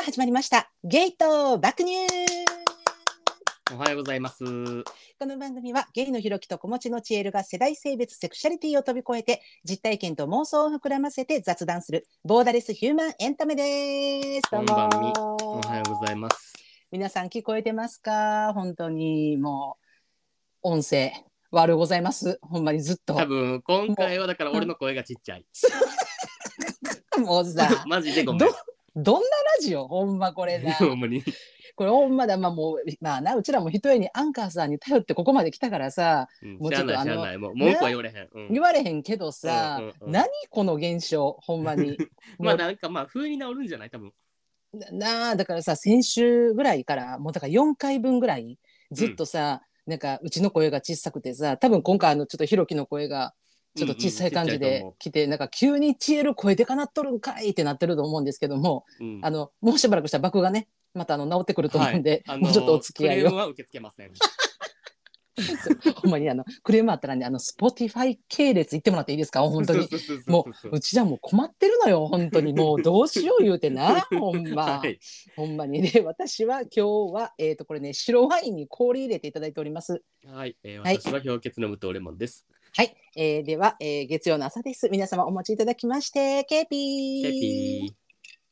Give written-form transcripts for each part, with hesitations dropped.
始まりました。ゲイと爆乳。 おはようございます。 この番組はゲイのひろきと子持ちのちえるが世代性別セクシャリティを飛び越えて実体験と妄想を膨らませて雑談するボーダレスヒューマンエンタメです。どうこんばんみ。 もおはようございます。 皆さん聞こえてますか？本当にもう音声悪ございます。ほんまにずっと多分今回はだから俺の声がちっちゃい。 もうさマジでごめん。 どんなラジオほんまこれな。 ほんまに。 これほんまだ、もうまあな、うちらもひとえにアンカーさんに頼ってここまで来たからさ、もうしゃあちょっとないしゃあない。もう文句は言われへん。 言われへんけどさ、何この現象ほんまにまあなんかまあ風に治るんじゃない多分。 だからさ、先週ぐらいからもうだから4回分ぐらいずっとさ、なんかうちの声が小さくてさ、多分今回ちょっとひろきの声がちょっと小さい感じで来て、なんか急にちえる声でかなっとるんかいってなってると思うんですけども、もうしばらくしたら爆がねまた治ってくると思うんで、もうちょっとお付き合いを。 クレームは受け付けません。 ほんまにクレームあったらね、Spotify 系列行ってもらっていいですか？本当にもううちらも困ってるのよ本当に。もうどうしよう言うてなほんま、はい、ほんまにね。私は今日はこれね、白ワインに氷入れていただいております。 はい、私は氷結の無糖レモンです。 はい、では、月曜の朝です。皆様お待ちいただきましてケーピーケーピー。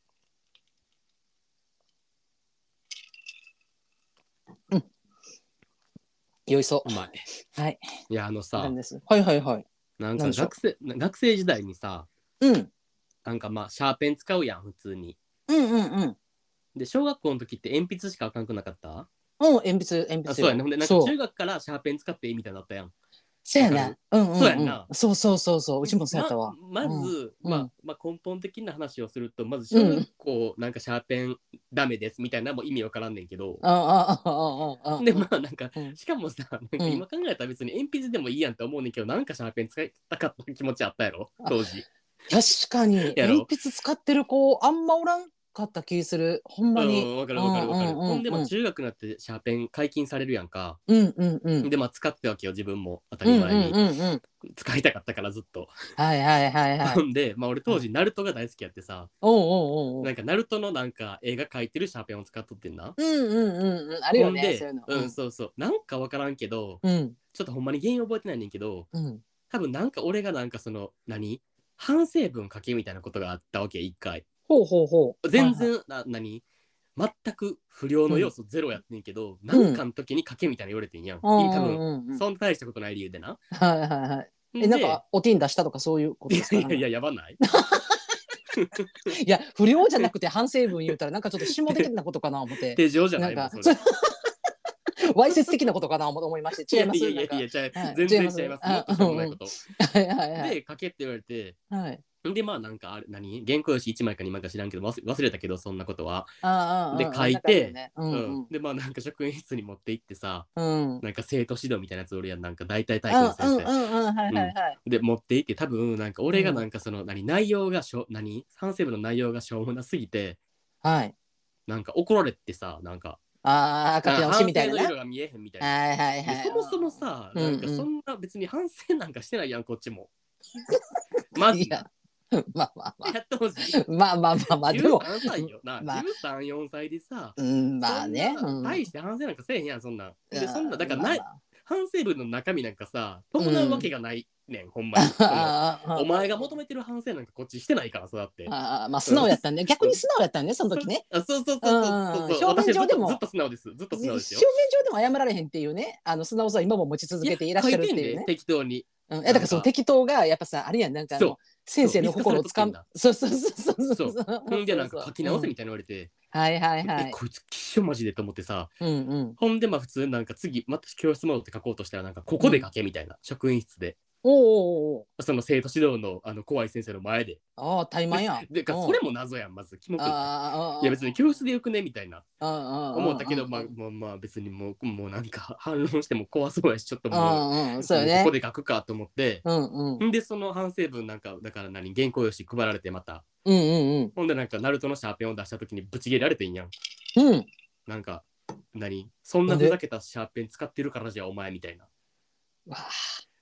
よいそう。 うまい。 はい。 いやさ。 はいはいはい。 なんか学生時代にさ、なんかまあシャーペン使うやん普通に。で小学校の時って鉛筆しかあかんくなかった？ 鉛筆。 あ、そうやね。ほんでなんか中学からシャーペン使っていいみたいになったやん。 そうやな。 そうやんな。 そう。うちもそうやったわ。 まず、まあ根本的な話をすると、まず小学校なんかシャーペンダメですみたいなも意味わからんねんけど。でまあなんかしかもさ、なんか今考えたら別に鉛筆でもいいやんって思うねんけど、なんかシャーペン使いたかった気持ちあったやろ当時。 確かに鉛筆使ってる子あんまおらんかった気する。ほんまに。 わかる。ほんでも中学になってシャーペン解禁されるやんか。でまあ使ってわけよ自分も当たり前に。使いたかったからずっと。ほんでまあ俺当時ナルトが大好きやってさ。なんかナルトのなんか映画描いてるシャーペンを使っとってんな。 あるよねそういうの。 そうなんかわからんけど、ちょっとほんまに原因覚えてないねんけど、多分なんか俺がなんかその反省文書けみたいなことがあったわけ一回。全然全く不良の要素ゼロやってんけど、なんかの時に書けみたいな言われてんやん。多分そんな大したことない理由でな。 なんかおティン出したとかそういうことですか？ いややばない。 いや不良じゃなくて反省文言うたらなんかちょっと下的なことかな思って。 手錠じゃないもんそれ。 わいせつ的なことかな思いまして。違います。 いや全然違います。もっとしょうもないこと。で書けって言われて。でまあなんかあれ原稿用紙1枚か2枚か知らんけど忘れたけどそんなことは。で書いて、でまあなんか職員室に持って行ってさ、なんか生徒指導みたいなやつおるやん、なんか大体体育の先生で持って行って、多分なんか俺がなんかその内容が反省文の内容がしょうもなすぎて、なんか怒られてさ、なんか書き直しみたいな。 反省の色が見えへんみたいな。そもそもさ、なんかそんな別に反省なんかしてないやんこっちも。マジで。 まあまあまあ。 当時まあまあまあまあでも 13歳よな、13、4歳でさ、 まあね、 大して反省なんかせえへんやんそんなん。でそんなだからない反省文の中身なんかさ伴うわけがないねん、ほんまに。お前が求めてる反省なんかこっちしてないからさだって。 まあ素直やったんで、逆に素直やったんねその時ね。 そう表面上でもずっと素直です。ずっと素直ですよ。 表面上でも謝られへんっていうね、素直さ今も持ち続けていらっしゃるっていうね。 適当に。 だからその適当がやっぱさあれやん、なんか先生の心をつかむ。そうでなんか書き直せみたいな言われて、こいつきっしょマジでと思ってさ、ほんでまあ普通なんか次また教室戻って書こうとしたらなんかここで書けみたいな、職員室で。その生徒指導の怖い先生の前で。 怠慢や。 でそれも謎やん、まずキモくて。いや別に教室でよくねみたいな思ったけど、まあ別にもうなんか反論しても怖そうやし、ちょっともうここで書くかと思って、でその反省文なんかだから原稿用紙配られてまた、ほんでなんかナルトのシャーペンを出した時にブチ切れられてんやん。なんかそんなふざけたシャーペン使ってるからじゃお前みたいな。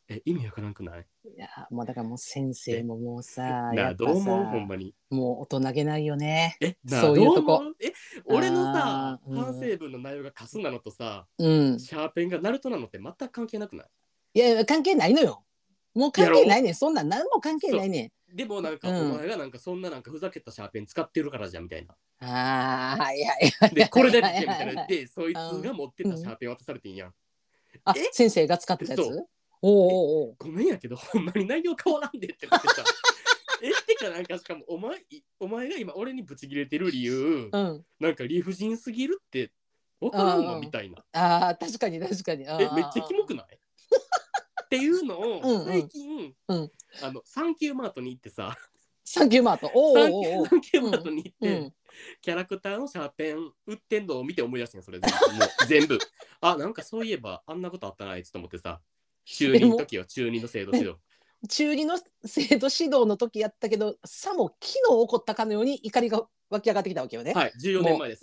意味わからんくない？ いやもうだからもう先生ももうさなあ、 やっぱどう思う？ほんさまに。 もう大人げないよね。 なあ、 そういうとこ。 どう思う？俺のさ、反うん省文の内容がカスなのとさ、 うん。 シャーペンがナルトなのって全く関係なくない？ いや関係ないのよ。もう関係なやろ？ いねん。そんなん何も関係そう。 ないねでもなんん。 か、おうん。 前がなんかそんななんかふざけたシャーペン使ってるからじゃんみたいな。 ああ、はいはいはいで、これではいはいみたいなはいはい。 言って、そいつが持ってうん。 たシャーペン渡されてんやん。 あ、 え先生が使ってたやつ。 そう。 おうおうおう。 ごめんやけど、ほんまに内容変わらんでってなってさ。てかなんかしかもお前が今俺にブチ切れてる理由、 うん。 なんか理不尽すぎるって分からんのあみたいな。 ああ、確かに確かに。 めっちゃキモくないっていうのをうんうん最近、 うん。 サンキューマートに行ってさ、 サンキューマート。おうサンキュおうおう。 サンキューうん。 マートに行って、 うん。 キャラクターのシャーペン売ってんのを見て思い出してんそれ全部。もう全部。あ、なんかそういえばあんなことあったなあいつと思ってさ、中2のも時よ、中2の制度指導。 中二の生徒指導の時やったけど、さも昨日起こったかのように怒りが湧き上がってきたわけよね。 はい、14年前です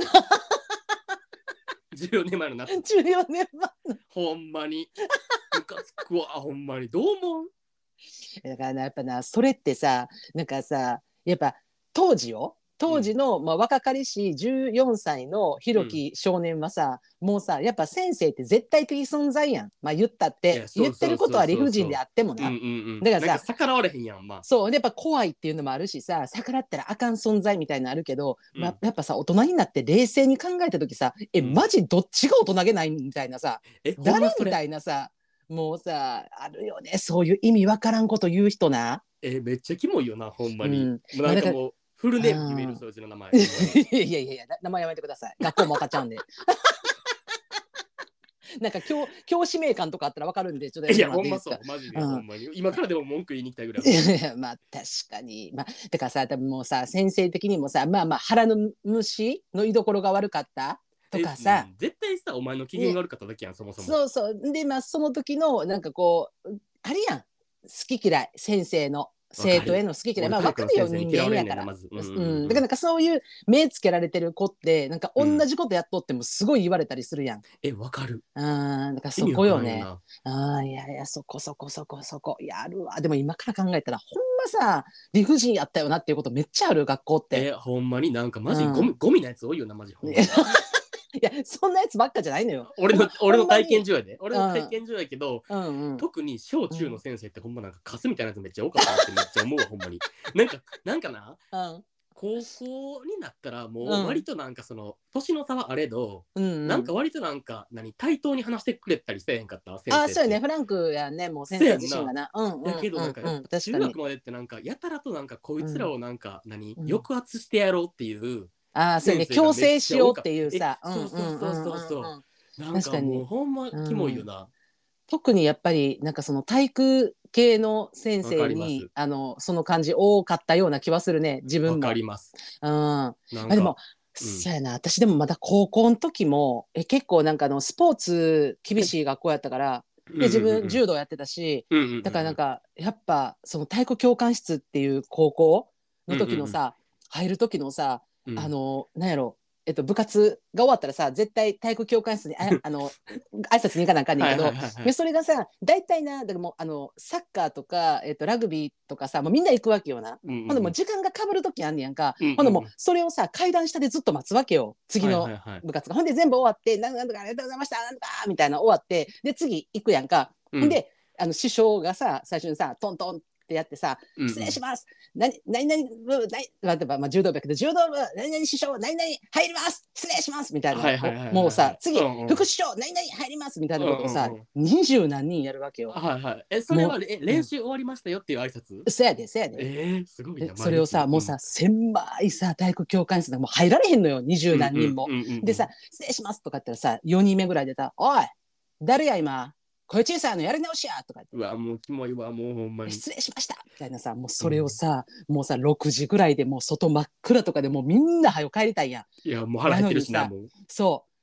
。14年前の夏。 14年前。 ほんまに。ムカつくわ、ほんまに。どう思う？ だからなやっぱなそれってさなんかさやっぱ当時よ当時の、まあ、若かりし14歳のひろき少年はさ、もうさやっぱ先生って絶対的存在やん、まあ、言ったっいや、 て言ってることそうそうそうは理不尽でそうそう。 あってもな、 うんうんうん。 だからさなんか逆らわれへんやん、まあ。 そうやっぱ怖いっていうのもあるしさ逆らったらあかん存在みたいなのあるけど、まあ、 うん。 やっぱさ大人になって冷静に考えた時さうん。 マジどっちが大人げないみたいなさほん誰みまそれ。 たいなさもうさあるよねそういう意味わからんこと言う人な。 めっちゃキモいよな、ほんまに。 うん、 もうなまあだから、 んかもう、フルネーム言える、そいつの名前、ほんまに。 いやいやいや名前やめてください。学校も分かっちゃうんで。なんか教師名官とかあったら分かるんでちょっとやめていや、 もらっていいですか。 ほんまそう、マジで、ほんまに。今からでも文句言いに行きたいぐらい、ほんまに。 いやまあ確かにまあだからさ多分もうさ先生的にもさまあまあ腹の虫の居所が悪かったとかさ、 絶対さ、お前の機嫌がね、 悪かっただけやん、そもそも。 そうそうでまあその時のなんかこうあれやん好き嫌い先生の生徒へわかる。 の好き嫌い俺、 まあ分かるよ体育の先生に人嫌われんねんな、 間やから。 まず。うんうんうん、だからうん。 なんかそういう目つけられてる子ってなんか同うん。 じことやっとってもすごい言われたりするやん。 わかる。 だからそ意味わかこよね。 らんよな。 いやいやそこそこそこそこやるわ。でも今から考えたらほんまさ理不尽やったよなっていうことめっちゃある学校って。 ほんまになんかマジゴうん、 ミ、ゴミなやつ多いよな、マジほんまに。 いやそんなやつばっかじゃないのよ。 俺の体験ほんまに。 上やで。俺の体験上やけど、 うんうん特に小中の先生ってほんまなんかカスみたいなやつめっちゃ多かったなってめっちゃ思うわ、ほんまに。なんかな、 うん高校になったらもうんう割となんかその、年の差はあれど、 うんうん。 なんか割となんか、対等に話してくれたりせえへんかった先生って。 そうよねフランクやねもう先生せやんな。 自身がな。うんうんやけどなんかやっぱ確かに。 中学までってなんかやたらとなんかこいつらをなんかうん抑圧してやろうっていうそうよね先生がめっ強制しようってちゃ多かった。 いうさ。 そうそうそうそうそう。なんかもう確かに。 ほんまキモいよな。 特にやっぱりなんかその体育系の先わか生にります。 その感じ多かったような気はするね自分わかも。 ります。 まなんか、 あでもそうやな私でもまだ高校の時も結構なんかスポーツ厳しい学校やったからで自分柔道やってたしだからなんかやっぱその体育教官室っていう高校の時のさ入る時のさなんやろ部活が終わったらさ絶対体育教官室に挨拶に行かなあかんねんけどでそれがさ大体なだからもうサッカーとか、ラグビーとかさもうみんな行くわけよな、ほんでもう時間がかぶる時あんねやんか、ほんでもうそれをさ階段下でずっと待つわけよ次の部活が、ほんで全部終わってなんとかありがとうございましたなんとかみたいな終わってで次行くやんか、ほんで師匠がさ最初にさトントンってやってさ失礼します、何々部柔道部やけど柔道部何々師匠何々入ります失礼しますみたいな、もうさ次、副師匠何々入りますみたいなことをさ20何人やるわけよ。 それは練習終わりましたよっていう挨拶？ せやでせやで。 すごいな。 それをさもうさ狭いさ体育教官室でもう入られへんのよ20何人も。でさ失礼しますとかってさ4人目ぐらいでさおい誰や今声小さいのやり直しやとか言って、 うわもうキモいわもうほんまに失礼しましたみたいなさもうそれをさ、もうさ6時ぐらいでもう外真っ暗とかでもうみんな早く帰りたいやん。 いやもう腹減ってるしなもう。 そう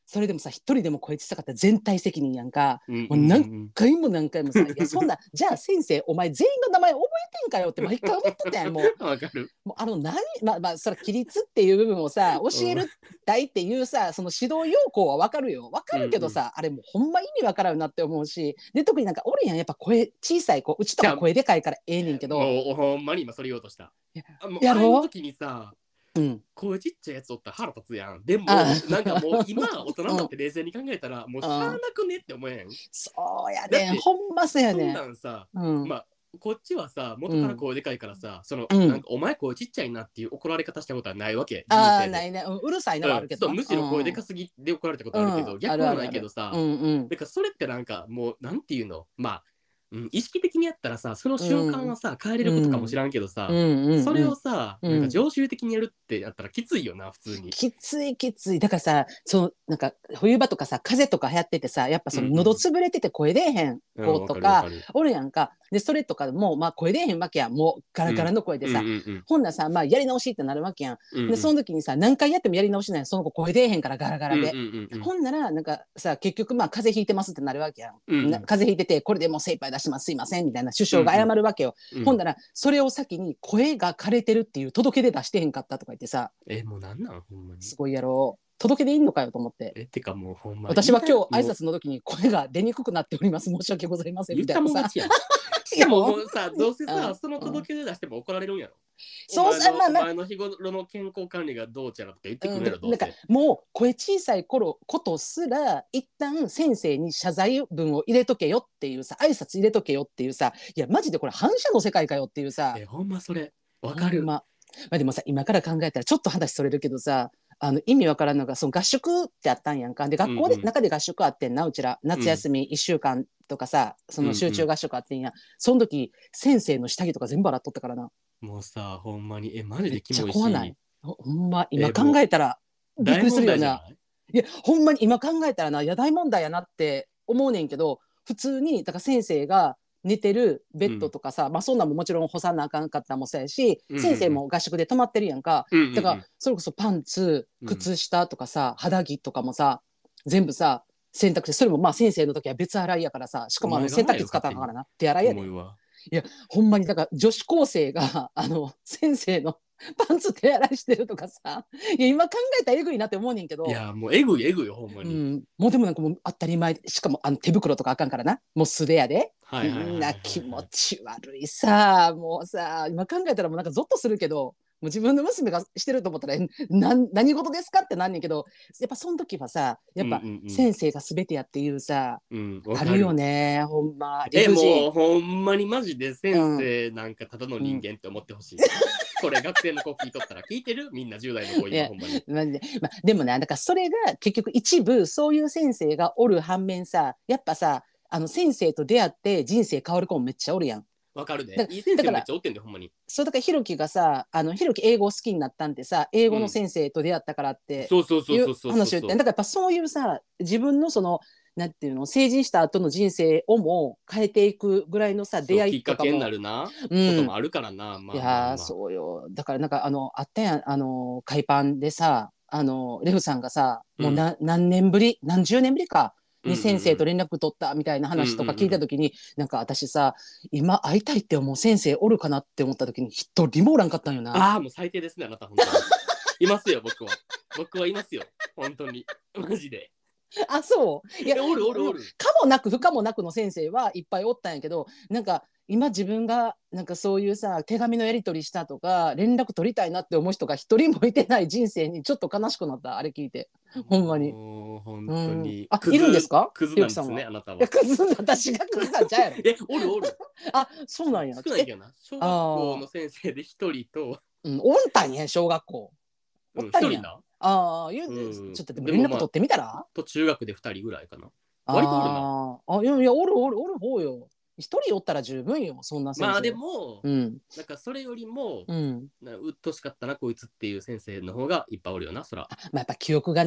それでもさ、一人でも声小さかったら全体責任やんか。もう何回も何回もさ、いやそんな、じゃあ先生、お前全員の名前覚えてんかよって毎回思ってたやん、もう。 わかる。 もうまあ、それ規律っていう部分をさ、教えるたいっていうさ、その指導要項はわかるよ。わかるけどさ、あれもうほんま意味わからんなって思うし、で、特になんかおるやん、やっぱ声小さい子、うちとか声でかいからええねんけど。 もうほんまに今それ言おうとした。 やろう。 あの時にさ、声ちっちゃいやつおったら腹立つやん。でもなんかもう今大人になって冷静に考えたらもうしゃあなくねって思えん。 そうやねん、ほんまそうやねん。 そんなんさ、まあこっちはさ元から声でかいからさ、そのなんかお前声ちっちゃいなっていう怒られ方したことはないわけ。 ないね、うるさいのはあるけど、 むしろ声でかすぎで怒られたことあるけど、逆はないけどさ、だからそれってなんかもうなんていうの、まあ意識的にやったらさ、その習慣はさ、変えれることかもしらんけどさ、それをさ、なんか常習的にやるってやったらきついよな、普通に。 きつい。だからさ、なんか冬場とかさ、風邪とか流行っててさ、やっぱその喉潰れてて声出えへん子とかおるやんか。で、それとかも、まあ声出えへんわけやん。もうガラガラの声でさ、ほんならさ、まあやり直しってなるわけやん。で、その時にさ、何回やってもやり直しない、その子声出えへんからガラガラで。ほんなら、なんかさ、結局まあ風邪ひいてますってなるわけやん。風邪ひいてて、これでもう精一杯出します、すいません、みたいな首相が謝るわけよ。ほんなら、それを先に声が枯れてるっていう届け出出してへんかったとか言ってさ。 もうなんなんほんまに。 すごいやろう。届けでいいのかよと思って。 てかもうほんま私は今日挨拶の時に声が出にくくなっております。申し訳ございませんみたいなさ。 しかももうさ、どうせさ、その届け出出しても怒られるんやろ。そうさ、お前の日頃の健康管理がどうちゃらとか言ってくるやろ、どうせ。 なんかもう声小さいことすら一旦先生に謝罪文を入れとけよっていうさ、挨拶入れとけよっていうさ、いやマジでこれ反射の世界かよっていうさ。 ほんまそれわかる。 まあでもさ、今から考えたらちょっと話それるけどさ、意味わからんのが、その合宿ってあったんやんか。で、学校で、中で合宿あってんな、うちら。夏休み1週間とかさ、その集中合宿あってんや。その時、先生の下着とか全部洗っとったからな。 もうさ、ほんまに、マジでキモいし。 めっちゃ怖ない。ほんま、今考えたら、びっくりするよな。いや、ほんまに今考えたらな、いや、大問題やなって思うねんけど、普通に、だから先生が、寝てるベッドとかさ、まあそんなんももちろん干さなあかんかったもそうやし、先生も合宿で泊まってるやんか。だからそれこそパンツ、靴下とかさ、肌着とかもさ、全部さ、洗濯して、それもまあ先生の時は別洗いやからさ、しかも洗濯機使ったからな、手洗いやで。いや、ほんまにだから女子高生が先生のパンツ手洗いしてるとかさ、いや今考えたらえぐいなって思うねんけど。 いやもうえぐいほんまに。 もうでもなんかもう当たり前、しかも手袋とかあかんからな、もう素手やで。みんな気持ち悪いさ、もうさ、今考えたらもうなんかゾッとするけど、もう自分の娘がしてると思ったら何事ですかってなんねんけど、やっぱその時はさ、やっぱ先生が全てやっていうさ、あるよね、ほんま。 もうほんまにマジで先生なんかただの人間って思ってほしい。これ学生の子聞いとったら聞いてる？みんな10代の子今ほんまに。 でもね、だからそれが結局一部そういう先生がおる反面さ、やっぱさ、先生と出会って人生変わる子もめっちゃおるやん。 わかるで。いい先生めっちゃおってんでほんまに。 そうだからひろきがさ、ひろき英語好きになったんってさ、英語の先生と出会ったからっていう話を言って、だからやっぱそういうさ、自分のそのなんていうの、成人した後の人生をも変えていくぐらいのさ、出会いとかもきっかけになるな、こともあるからな。 いやそうよ。だからなんかあったやん、海パンでさ、レフさんがさ、もう何年ぶり、何十年ぶりか。に先生と連絡取ったみたいな話とか聞いた時に、なんか私さ、今会いたいって思う先生おるかなって思った時に一人もおらんかったんよな。 ああ、もう最低ですね、あなた本当に。いますよ、僕は。僕はいますよ、本当に。マジで。 あ、そう。 いや、おる。 かもなく不可もなくの先生はいっぱいおったんやけど、なんか今自分がなんかそういうさ、手紙のやり取りしたとか連絡取りたいなって思う人が一人もいてない人生にちょっと悲しくなった、あれ聞いて。ほんまに。 本当に。 あ、いるんですか？ クズなんですね、あなたは。 クズ、私がクズなんちゃうやろ。 おる。 あ、そうなんや。 少ないけどな。小学校の先生で一人と。 おんたんや、小学校。 おったんや。 ああ、ちょっとでも連絡取ってみたら？ と中学で2人ぐらいかな。割とおるな。いや、おる方よ。一人おったら十分よ、そんな先生。 まあでも、なんかそれよりも、うっとしかったなこいつっていう先生の方がいっぱいおるよな、そら。 まあやっぱ記憶がな。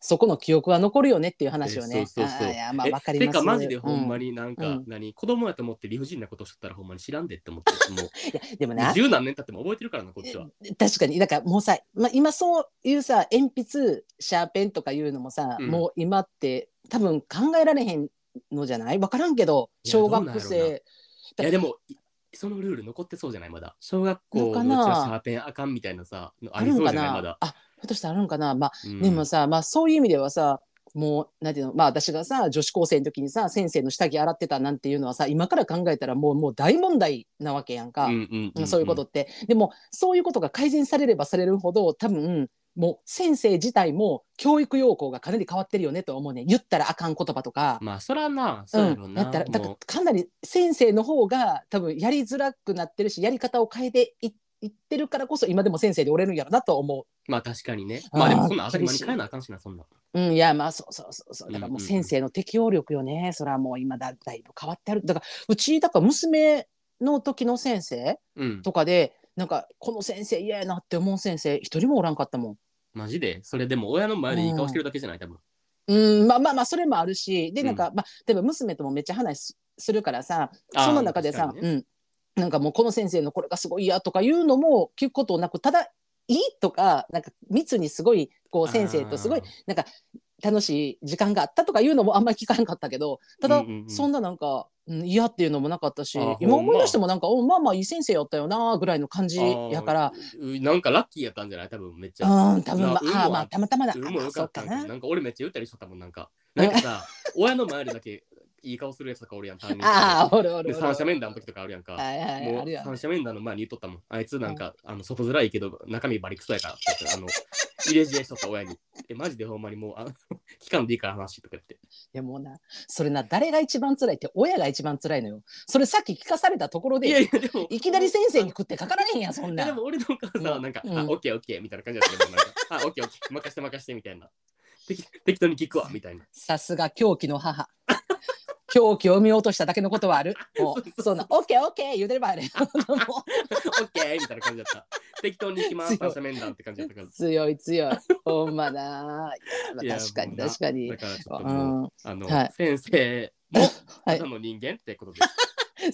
そこの記憶は残るよねっていう話をね。 そうそうそう。 いやまあわかります。 てかマジでほんまになんか、子供やと思って理不尽なことしとったらほんまに知らんでって思って、もういやでもな、 十何年経っても覚えてるからなこっちは。 確かにだからもうさ、今そういうさ鉛筆シャーペンとかいうのもさ、もう今って多分考えられへんのじゃない？分からんけど小学生。 いやでもそのルール残ってそうじゃない？まだ小学校のうちはシャーペンあかんみたいなさありそうじゃない？まだ。 あ、ひょっとしてあるんかな。でもさ、そういう意味ではさ、もうなんていうの、私がさ女子高生の時にさ先生の下着洗ってたなんていうのはさ、今から考えたらもう大問題なわけやんか。そういうことって。でもそういうことが改善されればされるほど多分もう先生自体も教育要項がかなり変わってるよねと思うね。言ったらあかん言葉とか。 まあそらな、そうやろな。 やったらだからかなり先生の方が多分やりづらくなってるし、やり方を変えていってるからこそ今でも先生でおれるんやろなと思う。 まあ確かにね。まあでもそんな当たり前に変えなあかんしな、そんな。 いやそうだからもう先生の適応力よね。それはもう今だいぶ変わってある。だからうちだから娘の時の先生とかで、なんかこの先生嫌やなって思う先生一人もおらんかったもん。 マジで？それでも親の前でいい顔してるだけじゃない？多分。 まあそれもあるし、でなんか、例えば娘ともめっちゃ話するからさ、その中でさ、なんかもうこの先生のこれがすごい嫌とかいうのも聞くことなく、ただいいとかなんか密にすごいこう先生とすごいなんか楽しい時間があったとかいうのもあんまり聞かなかったけど、ただそんななんか嫌っていうのもなかったし、今思い出してもなんかまあいい先生やったよなぐらいの感じやから、 なんかラッキーやったんじゃない？多分めっちゃ。 多分まあたまたまだ。 そうかな。なんか俺めっちゃ言ったりしとったもん。なんかさ親の前でだけいい顔するやつとかおるやん、担任とかで。三者面談の時とかあるやんか。もう三者面談の前に言っとったもん。あいつなんか外面いいけど中身バリクソやからって入れ知恵しとった親に。マジでほんまにもう期間でいいから話とか言って。いやもうな、それな、誰が一番辛いって親が一番辛いのよ。それさっき聞かされたところで、でもいきなり先生に食ってかかられへんやん、そんな。 でも俺のお母さんはなんか、オッケーオッケーみたいな感じだったけど、なんか、オッケーオッケー、任してみたいな。適当に聞くわみたいな。 さすが狂気の母。狂気を見落としただけのことはある。そんな、オッケーオッケー言うてればあれ。オッケーみたいな感じだった。適当に行きます、三者面談って感じだったから。 強い。ほんまな。確かに。だからちょっともう、先生もただの人間ってことです。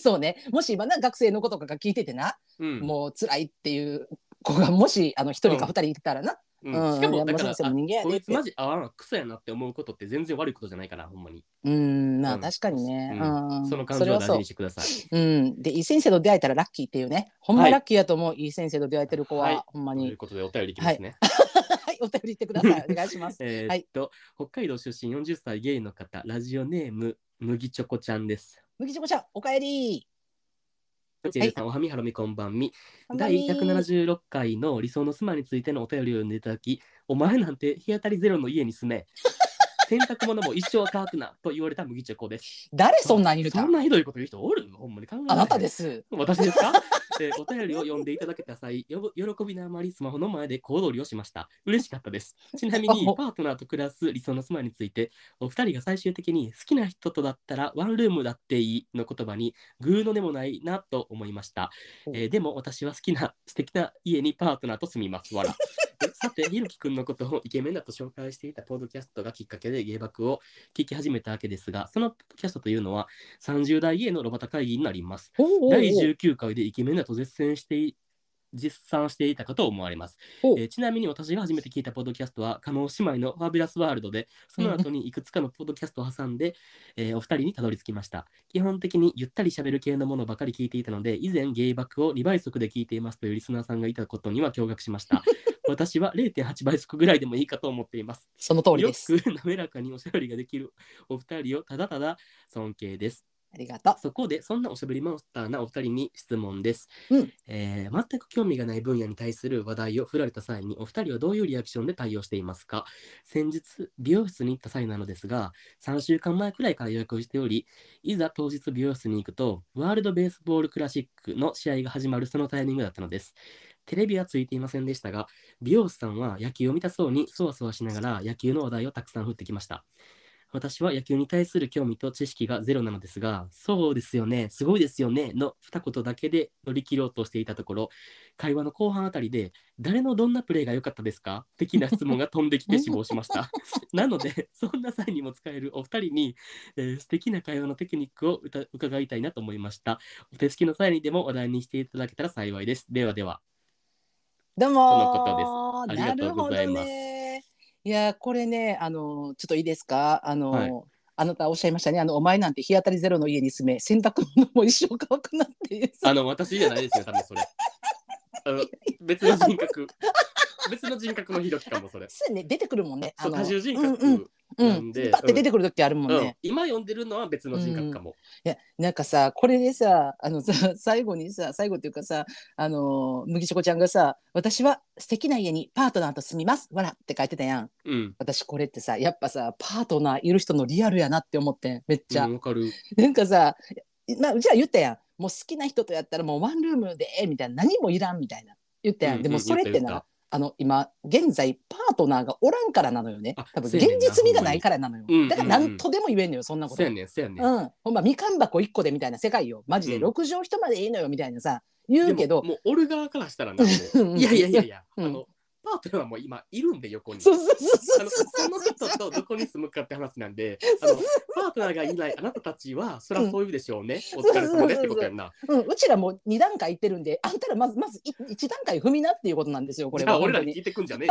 そうね。もし今な学生の子とかが聞いててな、もう辛いっていう子がもし一人か二人いたらな。 しかもだからこいつマジ合わんクソやなって思うことって全然悪いことじゃないからほんまに。 まあ確かにね。 その感情を大事にしてください。でいい先生と出会えたらラッキーっていうね。ほんまラッキーやと思う。いい先生と出会えてる子はほんまに。 ということでお便りいきますね。 はい、お便りってください。お願いします。 北海道出身40歳ゲイの方、ラジオネーム麦チョコちゃんです。 麦チョコちゃん、おかえり。 さん、おはみはろみこんばんみ。第176回の理想の妻についてのお便りを読んでいただき、お前なんて日当たりゼロの家に住め。洗濯物も一生乾くなと言われた麦チョコです。 誰そんなに言うた？ そんなひどいこと言う人おる？ほんまに考えあなたです。 私ですか？お便りを読んでいただけた際、喜びのあまりスマホの前で小躍りをしました。嬉しかったです。ちなみにパートナーと暮らす理想の妻について、お二人が最終的に好きな人とだったらワンルームだっていいの言葉にグーのでもないなと思いました。でも私は好きな素敵な家にパートナーと住みます。わら。さて、ひろきくんのことをイケメンだと紹介していたポッドキャストがきっかけで芸爆を聞き始めたわけですが、そのポッドキャストというのは30代芸のロバタ会議になります。第19回でイケメンだと絶賛していたかと思われます。ちなみに私が初めて聞いたポッドキャストは加納姉妹のファビュラスワールドで、その後にいくつかのポッドキャストを挟んで、お二人にたどり着きました。基本的にゆったり喋る系のものばかり聞いていたので、以前ゲイバックを2倍速で聞いていますというリスナーさんがいたことには驚愕しました。私は 0.8 倍速ぐらいでもいいかと思っています。 その通りです。 よく滑らかにおしゃべりができるお二人をただただ尊敬です。 ありがとう。 そこでそんなおしゃべりモンスターなお二人に質問です。全く興味がない分野に対する話題を振られた際にお二人はどういうリアクションで対応していますか？先日美容室に行った際なのですが、3週間前くらいから予約をしており、いざ当日美容室に行くとワールドベースボールクラシックの試合が始まるそのタイミングだったのです。テレビはついていませんでしたが、美容師さんは野球を見たそうにそわそわしながら野球の話題をたくさん振ってきました。 私は野球に対する興味と知識がゼロなのですが、そうですよね、すごいですよねの二言だけで乗り切ろうとしていたところ、会話の後半あたりで、誰のどんなプレーが良かったですか的な質問が飛んできて死亡しました。なので、そんな際にも使えるお二人に、素敵な会話のテクニックを伺いたいなと思いました。お手つきの際にでも話題にしていただけたら幸いです。ではでは。 どうとのことです。 もありがとうごなるほどざいます。 ね。いやこれねちょっといいですかはい。 あなたおっしゃいましたねお前なんて日当たりゼロの家に住め洗濯物も一生乾くなっていうさ私じゃないですよ、多分それ。別の人格。別の人格のひろきかも、それ。 そうね出てくるもんねそう、多重人うん格なんで、 だって出てくる時あるもんね。 今読んでるのは別の人格かも。 いやなんかさこれでさ最後にさ最後っていうかさ麦チョコちゃんがさ私は素敵な家にパートナーと住みますわらって書いてたやん。 うん。 私これってさやっぱさパートナーいる人のリアルやなって思ってんめっちゃ、 わかる。 なんかさうちは言ったやんもう好きな人とやったらもうワンルームでみたいな何もいらんみたいな言ったやん、でもそれってな今現在パートナーがおらんからなのよね。多分現実味がないからなのよ。だから何とでも言えんのよそんなこと。 そうやねん、そうやねん。 ほんまみかん箱1個でみたいな世界よマジで6畳一までいいのよみたいなさ言うけど、 もうおる側からしたらな、もういやいやいやいや、パートナーはもう今いるんで横に。その人とどこに住むかって話なんで、パートナーがいないあなたたちはそりゃそういうでしょうね。お疲れ様ですってことやんな。 うちらもう2段階いってるんで、あんたらまず1段階踏みなっていうことなんですよ、これは。 じゃあ俺らに聞いてくんじゃねえよ。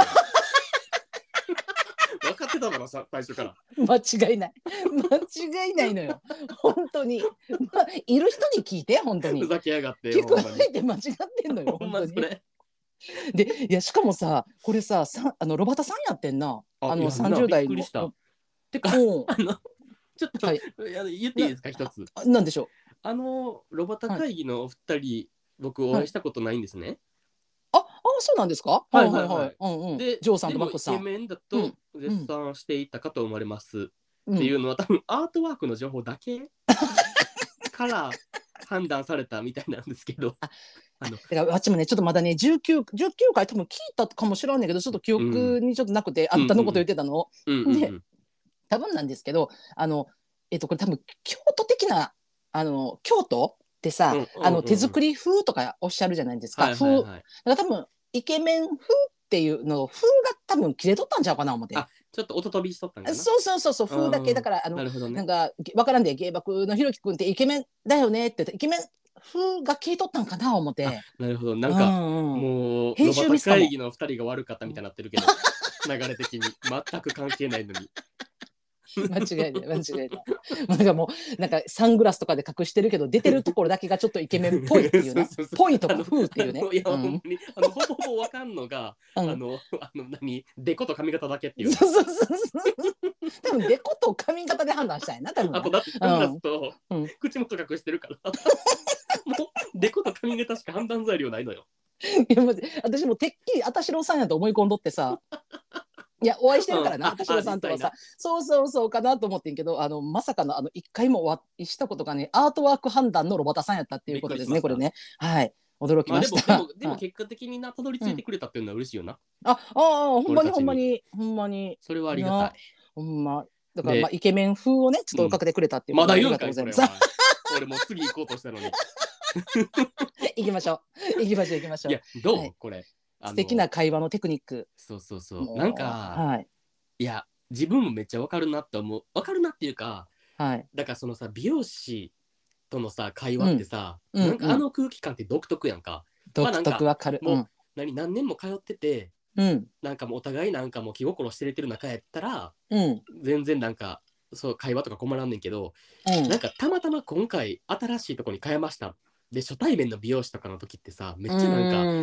分かってただろ、最初から。 間違いない。間違いないのよ。本当に。いる人に聞いて、本当に。 ふざけやがって。 聞く相手間違ってんのよ、本当に。で、いや、しかもさ、これさ、ロバタさんやってんな。30代の。てか、ちょっと、言っていいですか、一つ。 なんでしょう。ロバタ会議のお二人、僕お会いしたことないんですね。 そうなんですか。はいはいはい。で、ジョーさんとマックスさん。 イケメンだと絶賛していたかと思われます。っていうのは多分アートワークの情報だけから判断されたみたいなんですけど。 だからあっちもねちょっとまだね19回多分聞いたかもしれないけどちょっと記憶にちょっとなくて、あんたのこと言ってたの。で多分なんですけどこれ多分京都的な京都ってさ手作り風とかおっしゃるじゃないですか。風だから多分イケメン風っていうの風が多分切れとったんちゃうかな思って。 ちょっと音飛びしとったんかな。 そう風だけだからなんか分からんで芸爆のひろきくんってイケメンだよねって言ってイケメン風が消えとったんかな思って。 なるほど、なんか、もうロバタ会議の2人が悪かったみたいになってるけど流れ的に全く関係ないのに。 間違いないなんかもうなんかサングラスとかで隠してるけど出てるところだけがちょっとイケメンっぽいっていうなぽいとか風っていうね。 いや、ほんまにほぼほぼわかんのがデコと髪型だけっていう。 多分デコと髪型で判断したいな多分。 あとだってサングラスと口元隠してるからもうデコと髪型しか判断材料ないのよ。 いや私もてっきりあたしろさんやと思い込んどってさいやお会いしてるからな、あたしろさんとはさそうかなと思ってんけどまさかの一回もお会いしたことがねアートワーク判断のロバタさんやったっていうことですねこれね。はい驚きました。 でも結果的にたどり着いてくれたっていうのは嬉しいよな。 ほんまにそれはありがたい。 ほんまだからイケメン風をねちょっと追っかけてくれたっていうことでありがとうございます。俺もう次行こうとしたのに。 行きましょう。いやどうこれ素敵な会話のテクニック。 そうなんか、いや自分もめっちゃ分かるなって思う。分かるなっていうか、だからそのさ美容師とのさ会話ってさ、なんか空気感って独特やんか。 独特分かる。 もう何年も通ってて、なんかもうお互いなんかもう気心してれてる仲やったら、全然なんかそう会話とか困らんねんけど、なんかたまたま今回新しいとこに変えましたで初対面の美容師とかの時ってさめっちゃ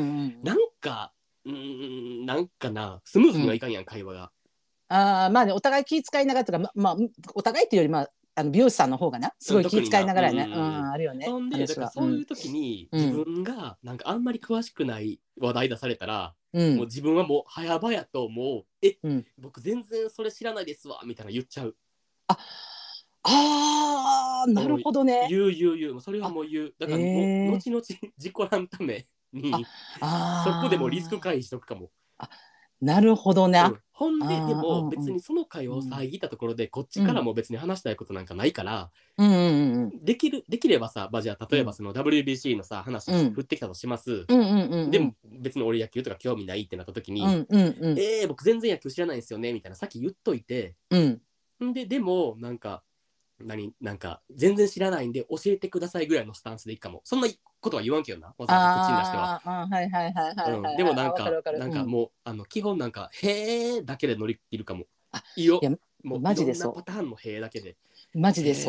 なんかなスムーズにはいかんやん、会話が。 まあねお互い気遣いながらとかお互いっていうより美容師さんの方がなすごい気遣いながらね、あるよね。 ほんでだからそういう時に自分がなんかあんまり詳しくない話題出されたら、もう自分はもう早々ともう僕全然それ知らないですわみたいな言っちゃう。 なるほどね。 言うそれはもう言う。だから後々事故らんためにそこでもリスク回避しとくかも。 なるほどね。 ほんで、でも別にその会話を遮ったところで、こっちからも別に話したいことなんかないから、できればさ、じゃあ例えばその WBC のさ、話振ってきたとします。でも別に俺野球とか興味ないってなった時に、僕全然野球知らないんですよね、みたいなさっき言っといて、でもなんか、なんか全然知らないんで教えてくださいぐらいのスタンスでいいかも。そんなことは言わんけどな、わざわざ口に出しては。でもなんかもう基本なんかへーだけで乗り切るかも。いいよ。もうマジでそう。 いろんなパターンのへーだけで。 マジでそう。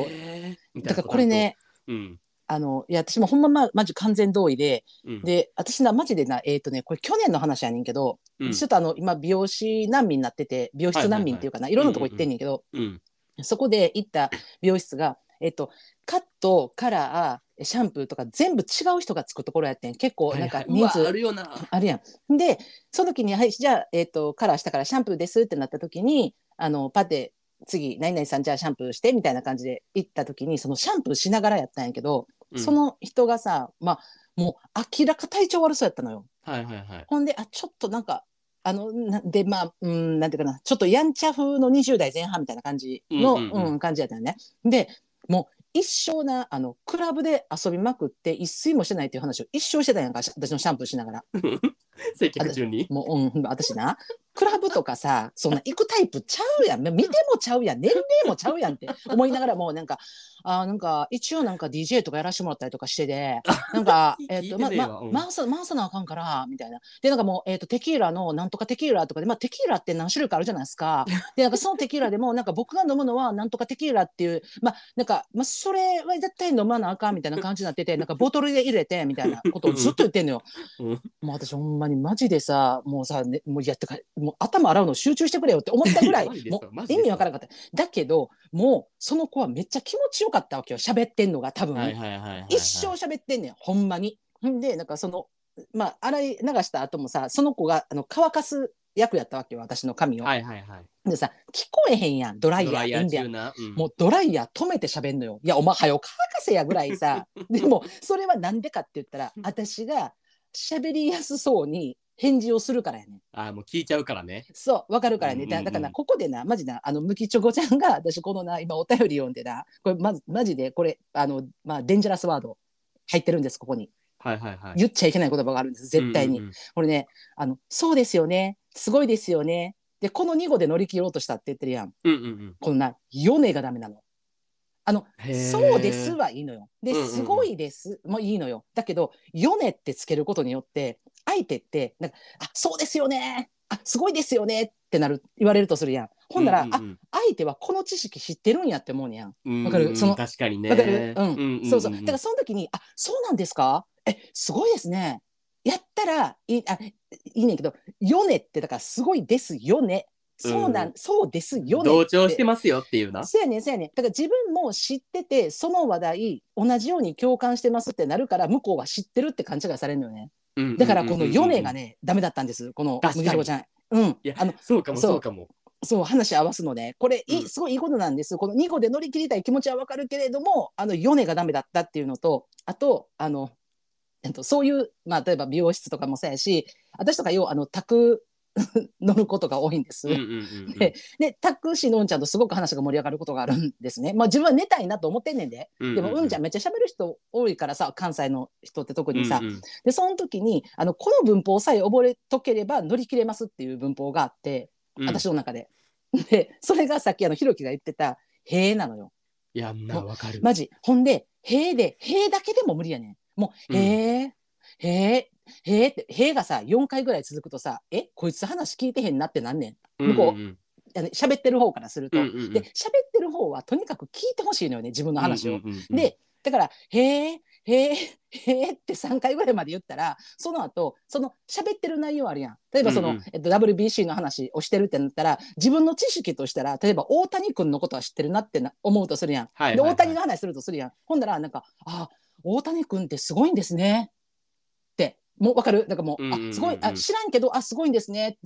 だからこれね、いや私もほんまマジ完全同意で、で私なマジでなこれ去年の話やねんけど、ちょっと今美容師難民になってて、美容室難民っていうかな、いろんなとこ行ってんねんけど、そこで行った美容室がカット、カラー、シャンプーとか全部違う人がつくところやってん。結構なんか人数あるよな。 あるやん。でその時に、はいじゃあ、カラーしたからシャンプーですってなった時にパテ次何々さんじゃあシャンプーしてみたいな感じで行った時に、そのシャンプーしながらやったんやけど、その人がさ、もう明らか体調悪そうやったのよ。ほんでちょっとなんかなんていうかな、ちょっとやんちゃ風の20代前半みたいな感じの、感じやったよね。でもう一生なクラブで遊びまくって一睡もしてないっていう話を一生してたやんか、私のシャンプーしながら。 接客中にもう、私なクラブとかさ、そんな行くタイプちゃうやん、見てもちゃうやん、年齢もちゃうやんって思いながらも、なんか一応なんか DJ とかやらしてもらったりとかしてで、なんか回さなあかんからみたいな。でなんかもうテキーラのなんとかテキーラとかで、テキーラって何種類かあるじゃないですか。でなんかそのテキーラでもなんか僕が飲むのはなんとかテキーラっていう、なんかそれは絶対飲まなあかんみたいな感じになってて、なんかボトルで入れてみたいなことをずっと言ってんのよ。もう私ほんまにマジでさ、もうさ、もうやってか、もう頭洗うの集中してくれよって思ったぐらい、もう意味わからなかった。だけど、もうその子はめっちゃ気持ちよかったわけよ。喋ってんのが多分。一生喋ってんねん、ほんまに。で、なんか洗い流した後もさ、その子が乾かす役やったわけよ、私の髪を。でさ、聞こえへんやん、ドライヤー中な、もうドライヤー止めて喋んのよ。いや、お前、はよ乾かせやぐらいさ。でも、それはなんでかって言ったら、私が喋りやすそうに返事をするからやね。 もう聞いちゃうからね。 そう、わかるからね。だからな、ここでな、マジな、むきちょこちゃんが、私、このな、今お便り読んでな、これ、マジで、これ、デンジャラスワード入ってるんです、ここに。言っちゃいけない言葉があるんです、絶対に。これね、そうですよね、すごいですよね。で、この2語で乗り切ろうとしたって言ってるやん。このな、ヨネがダメなの。そうですはいいのよ。で、すごいですもいいのよ。だけど、ヨネってつけることによって、相手って、なんか、そうですよね。すごいですよねって言われるとするやん。ほんなら、相手はこの知識知ってるんやって思うねやん。わかる？ 確かにね。 わかる？そうそう。だからその時に、そうなんですか？すごいですね。やったらいいねんけど、ヨネってだからすごいですよね。そうですよね。 同調してますよっていうな。 そうやねん。だから自分も知ってて、その話題、同じように共感してますってなるから、向こうは知ってるって勘違いされるのよね。だからこのヨネがね、ダメだったんです。この麦ちゃん。 そうかもそうかも。 そう、話合わすのね。これ、すごいいいことなんです。この2個で乗り切りたい気持ちはわかるけれども、ヨネがダメだったっていうのと、あと、そういう、例えば美容室とかもそうやし、私とか要は、宅乗ることが多いんです。で、タクシーのうんちゃんとすごく話が盛り上がることがあるんですね。自分は寝たいなと思ってんねんで。でもうんちゃんめっちゃ喋る人多いからさ、関西の人って特にさ。で、その時にこの文法さえ覚えとければ乗り切れますっていう文法があって、私の中で。で、それがさっきひろきが言ってた、へえなのよ。 いや、わかる。 マジ。ほんで、へえだけでも無理やねん。もう、へえって、へがさ、4回ぐらい続くとさ、こいつ話聞いてへんなってなんねん。向こう、喋ってる方からすると。で、喋ってる方はとにかく聞いてほしいのよね、自分の話を。で、だから、へえって3回ぐらいまで言ったら、その後、その喋ってる内容あるやん。例えばWBC の話をしてるってなったら、自分の知識としたら、例えば大谷君のことは知ってるなって思うとするやん。で、大谷の話するとするやん。ほんなら、なんか、大谷君ってすごいんですね。もう分かる？だからもう、すごい、知らんけど、すごいんですねって。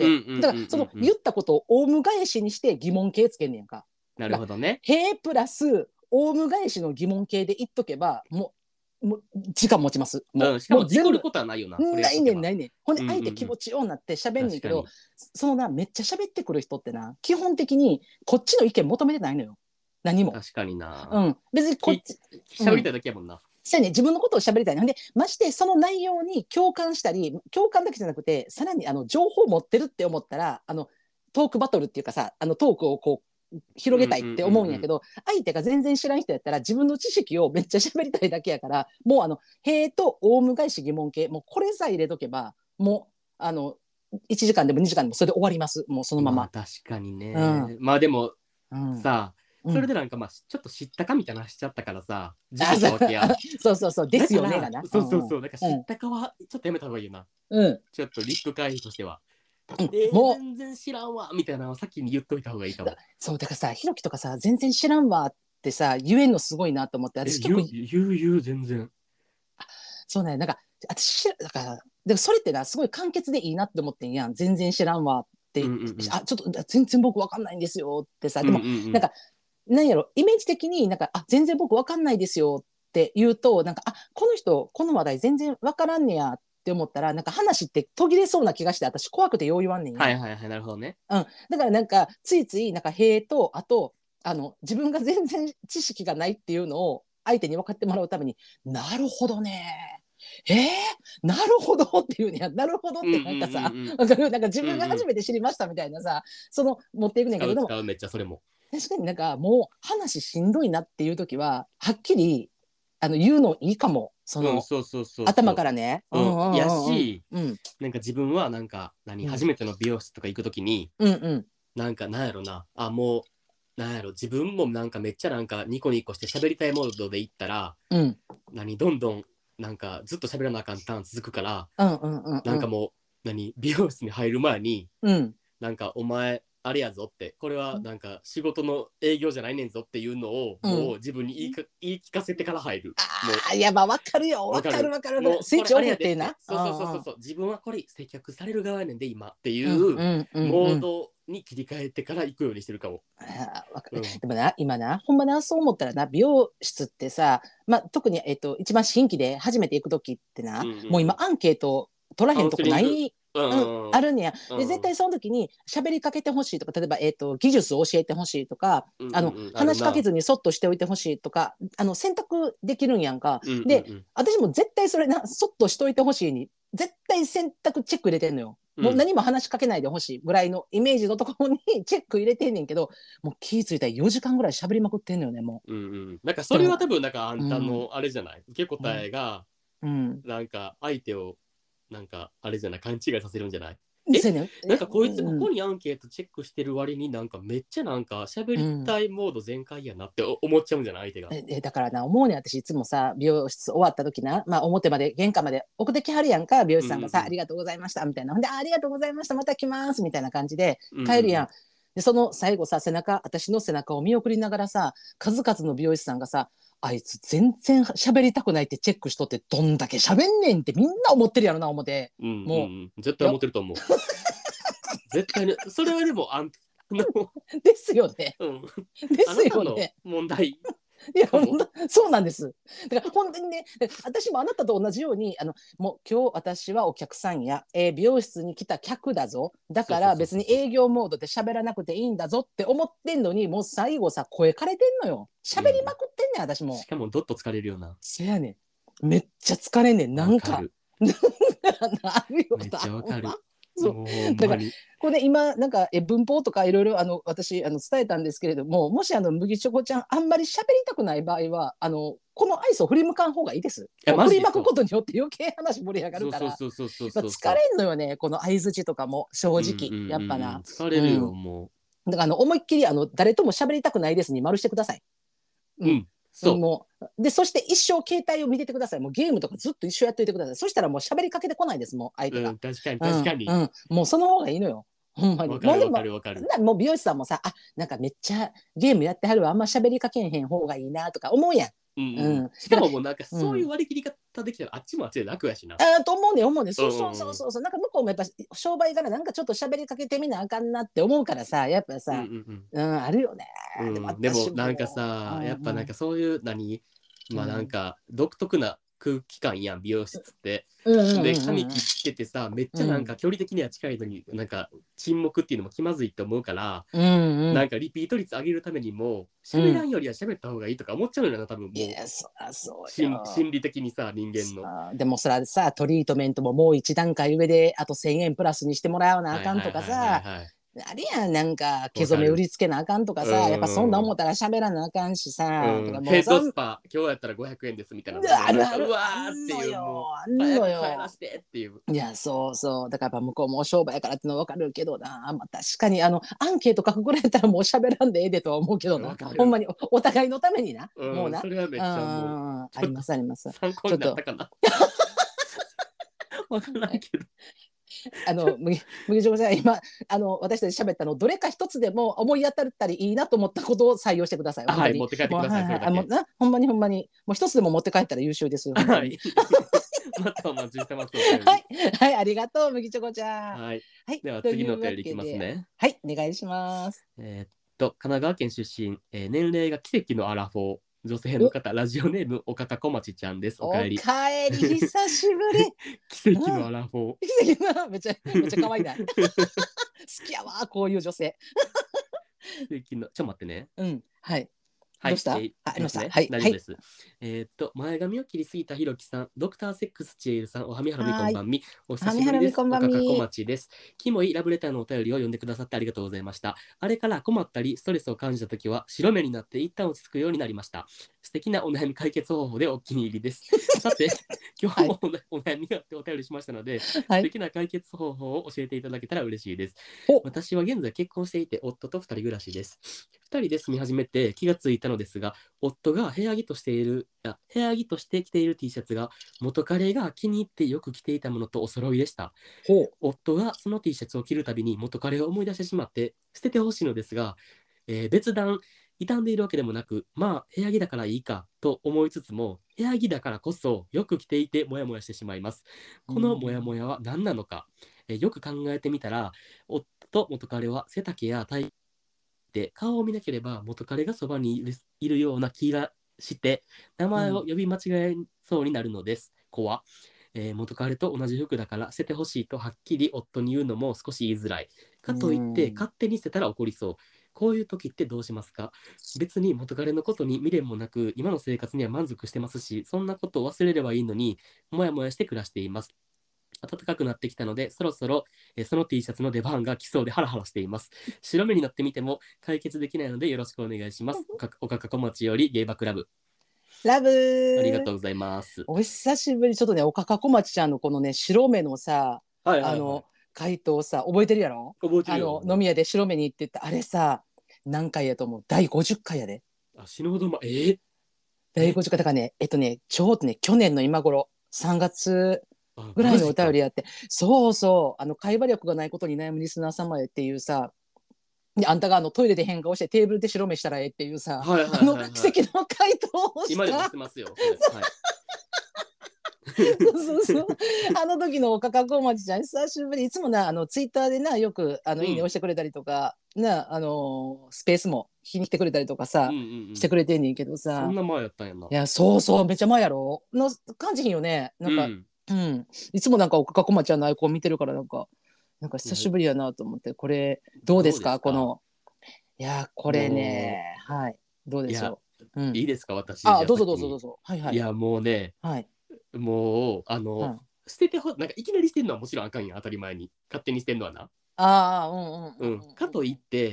だから、その言ったことをオウム返しにして疑問形つけんねやんか。 なるほどね。 へプラス、オウム返しの疑問形で言っとけば、ももう時間持ちます。 もう、しかも事故ることはないよな。 ないねんないねん。ほんで相手気持ちようなって喋んねんけど、そのなめっちゃ喋ってくる人ってな基本的にこっちの意見求めてないのよ。何も。 確かにな。 うん。別にこっち喋りたいだけやもんな。 そうやね、自分のことを喋りたい。なんでましてその内容に共感したり、共感だけじゃなくてさらに情報を持ってるって思ったらトークバトルっていうかさトークをこう広げたいって思うんやけど、相手が全然知らん人やったら自分の知識をめっちゃ喋りたいだけやから、もうへえとオウム返し疑問系もうこれさえ入れとけばもう1時間でも2時間でもそれで終わります。もうそのまま。 確かにね。まあでも、さあそれでなんかまあちょっと知ったかみたいなしちゃったからさ、事故ったわけや。 そうそうそうですよねがな。 そうそうそう、なんか知ったかはちょっとやめた方がいいよな。ちょっとリスク回避としては。もう全然知らんわみたいなのを先に言っといた方がいいかも。 そうだからさ、ひろきとかさ全然知らんわってさ言えんのすごいなと思って、私結構言う全然。 そうね、なんか私だからでもそれってなすごい簡潔でいいなって思ってんやん。全然知らんわって、ちょっと全然僕わかんないんですよってさ、でも、なんかなんやろイメージ的になんか全然僕わかんないですよって言うとなんかこの人この話題全然わからんねやって思ったらなんか話って途切れそうな気がして私怖くてよう言わんねんや。 はいはいはい、なるほどね。 だからなんかついついなんかへえとあと自分が全然知識がないっていうのを相手に分かってもらうためになるほどねなるほどっていうね、なるほどってなんかさ、わかるなんか自分が初めて知りましたみたいなさ、その持っていくねんけど、でもめっちゃそれも確かになんかもう話しんどいなっていう時ははっきり言うのいいかも。その頭からね。 やし、なんか自分はなんか初めての美容室とか行く時に、なんかなんやろな、もうなんやろ自分もなんかめっちゃなんかニコニコして喋りたいモードで行ったら、どんどんなんかずっと喋らなあかんターン続くから、なんかもう美容室に入る前に、なんかお前あれやぞって、これはなんか仕事の営業じゃないねんぞっていうのをもう自分に言い聞かせてから入る。 いやまあ分かるよ、分かる分かる。スイッチオフってな。 そう自分はこれ接客される側やねんで今っていうモードに切り替えてから行くようにしてるかも。 でもな今なほんまなそう思ったらな美容室ってさ、特に一番新規で初めて行く時ってな、もう今アンケート取らへんとこないあるんや。で絶対その時に喋りかけてほしいとか、例えば、技術を教えてほしいとか、話しかけずにそっとしておいてほしいとか選択できるんやんか。で私も絶対それなそっとしといてほしいに絶対選択チェック入れてんのよ。もう何も話しかけないでほしいぐらいのイメージのところにチェック入れてんねんけど、もう気付いたら4時間ぐらい喋りまくってんのよねもう。 なんかそれは多分なんかあんたのあれじゃない、受け答えがなんか相手をなんかあれじゃない勘違いさせるんじゃない？なんかこいつここにアンケートチェックしてる割になんかめっちゃなんか喋りたいモード全開やなって思っちゃうんじゃない相手が。 だからな思うね私いつもさ美容室終わった時な、表まで玄関まで送ってきはるやんか美容師さんがさ、ありがとうございましたみたいな、ほんでありがとうございましたまた来ますみたいな感じで帰るやん。でその最後さ私の背中を見送りながらさ数々の美容師さんがさあいつ全然喋りたくないってチェックしとってどんだけ喋んねんってみんな思ってるやろな思って、 もう絶対思ってると思う絶対にそれはでもですよね、ですよね問題いやそうなんです。だから本当にね私もあなたと同じようにもう今日私はお客さんや、美容室に来た客だぞだから別に営業モードで喋らなくていいんだぞって思ってんのにもう最後さ声枯れてんのよ。喋りまくってんねん、私も。 しかもどっと疲れるような。 せやねんめっちゃ疲れんねんなんか。 あるよめっちゃわかる。 そうだからこれ、今なんか文法とかいろいろ私伝えたんですけれども、もし麦チョコちゃんあんまり喋りたくない場合はこのアイスを振り向かん方がいいです。振りまくことによって余計話盛り上がるから疲れんのよねこの相づちとかも正直、やっぱな疲れるよ、もうだから思いっきり誰とも喋りたくないですに丸してください。でそして一生携帯を見ててください。もうゲームとかずっと一生やっといてください。そしたらもう喋りかけてこないですもう相手が。 確かに確かに、 もうその方がいいのよほんまに。もう美容師さんもさなんかめっちゃゲームやってはるわあんま喋りかけへん方がいいなとか思うやん。 しかももうなんかそういう割り切り方できたらあっちもあっちで楽やしな。 と思うねそうなんか向こうもやっぱ商売からなんかちょっと喋りかけてみなあかんなって思うからさやっぱさあるよね。 でもなんかさやっぱなんかそういうまあなんか独特な空気感やん美容室って、で髪切っててさめっちゃなんか距離的には近いのになんか沈黙っていうのも気まずいと思うから、なんかリピート率上げるためにも喋らんよりは喋った方がいいとか思っちゃうのよな多分もう。いやそう心理的にさ人間の。 でもそれさトリートメントももう一段階上であと1,000円プラスにしてもらわなあかんとかさ、あれやんなんか毛染め売りつけなあかんとかさ、やっぱそんな思ったら喋らなあかんしさ、とかヘッドスパ今日やったら500円ですみたいな、 あるあるうわーっていうあんのよ帰らしてっていう。 いやそうそうだからやっぱ向こうもお商売やからってのは分かるけどな、まあ、確かにアンケート書くぐらいやったらもう喋らんでええでとは思うけどな、ほんまにお互いのためにな、もうなそれはめっちゃもうありますあります。 参考になったかな分からんけど麦城さん今私たち喋ったのどれか一つでも思い当たったりいいなと思ったことを採用してください。 はい、持って帰ってください。 ほんまにほんまにもう一つでも持って帰ったら優秀ですよ。 はい。またお待ちしてます。 はい、ありがとう麦チョコちゃん。 はい。では次のお便りいきますね。 はい、お願いします。 神奈川県出身、年齢が奇跡のアラフォー。女性の方、ラジオネームおかかこまちちゃんです。おかえり。 おかえり、久しぶり。 奇跡のアラフォー。 奇跡のめっちゃ可愛いな。好きやわこういう女性。 奇跡のちょっと待ってね。 はい。 はい、 どうした？ありました。はい、 大丈夫です。前髪を切りすぎたひろきさん、ドクターセックスチエールさん、おはみはらみこんばんみ、お久しぶりです。おかかこまちです。キモいラブレターのお便りを読んでくださってありがとうございました。あれから困ったり、ストレスを感じたときは、白目になって一旦落ち着くようになりました。素敵なお悩み解決方法でお気に入りです。さて、今日もお悩みがあってお便りしましたので、素敵な解決方法を教えていただけたら嬉しいです。私は現在結婚していて、夫と2人暮らしです。2人で住み始めて気がついたのですが、夫が部屋着として着ている T シャツが元彼が気に入ってよく着ていたものとお揃いでした。夫がその T シャツを着るたびに元彼を思い出してしまって捨ててほしいのですが、別段傷んでいるわけでもなく、まあ部屋着だからいいかと思いつつも、部屋着だからこそよく着ていてモヤモヤしてしまいます。このモヤモヤは何なのか、よく考えてみたら、夫と元彼は背丈や体型で顔を見なければ元彼がそばにいるような気がして名前を呼び間違えそうになるのです。怖。元彼と同じ服だから捨ててほしいとはっきり夫に言うのも少し言いづらい。かといって勝手に捨てたら怒りそう。こういう時ってどうしますか？別に元彼のことに未練もなく今の生活には満足してますし、そんなことを忘れればいいのにもやもやして暮らしています。暖かくなってきたのでそろそろその T シャツの出番が来そうでハラハラしています。白目になってみても解決できないのでよろしくお願いします。おかかこまちよりゲイバクラブ。 ラブー。 ありがとうございます。 お久しぶり。ちょっとねおかかこまちちゃんのこのね白目のさ、回答さ覚えてるやろ？ 覚えてるよ。 飲み屋で白目に行ってたあれさ何回やと思う？第50回やで。 死ぬほど第50回だからねちょうどね去年の今頃3月ぐらいのお便りやって、そう会話力がないことに悩むリスナー様へっていうさ、あんたがトイレで変顔してテーブルで白目したらええっていうさ、奇跡の回答をした。 今でもしてますよ。 そうあの時のおかかこまちちゃん久しぶり。いつもなツイッターでなよくいいね押してくれたりとかなスペースも聞きに来てくれたりとかさ、してくれてんねんけどさ。 そんな前やったんやな。 いやそうめっちゃ前やろの感じひんよね。なんか、いつもなんかおかかこまちゃんのアイコン見てるからなんか久しぶりやなと思って。これどうですかこの。いやこれねはいどうでしょう。いいですか私。 どうぞ。はいはい。 いやもうね。 はい。 もう捨ててなんかいきなり捨てるのはもちろんあかんやん当たり前に勝手に捨てるのはな。かといって、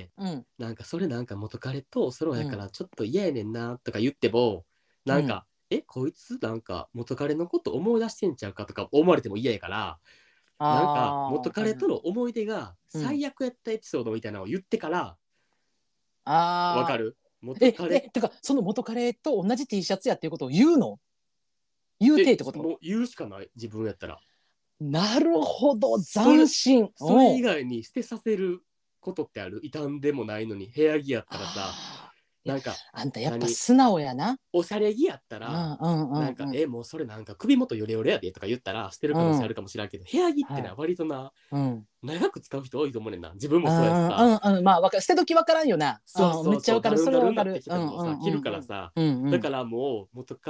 なんかそれなんか元彼とおそろやからちょっと嫌やねんなとか言っても、なんかこいつなんか元彼のこと思い出してんちゃうかとか思われても嫌やから、なんか元彼との思い出が最悪やったエピソードみたいなのを言ってから、わかる？ 元彼てかその元彼と同じ T シャツやっていうことを言うの？言うてってこと？ もう言うしかない自分やったら。 なるほど斬新。 それ以外に捨てさせることってある？傷んでもないのに部屋着やったらさ、なんかあんたやっぱ素直やな。 おしゃれ着やったらなんかもうそれなんか首元ヨレヨレやでとか言ったら捨てる可能性あるかもしれんけど、部屋着ってな割とな長く使う人多いと思うねんな。自分もそうやしさ。 まあ捨て時わからんよな。 そうめっちゃわかる。それわかる。 着るからさ、だからもう元彼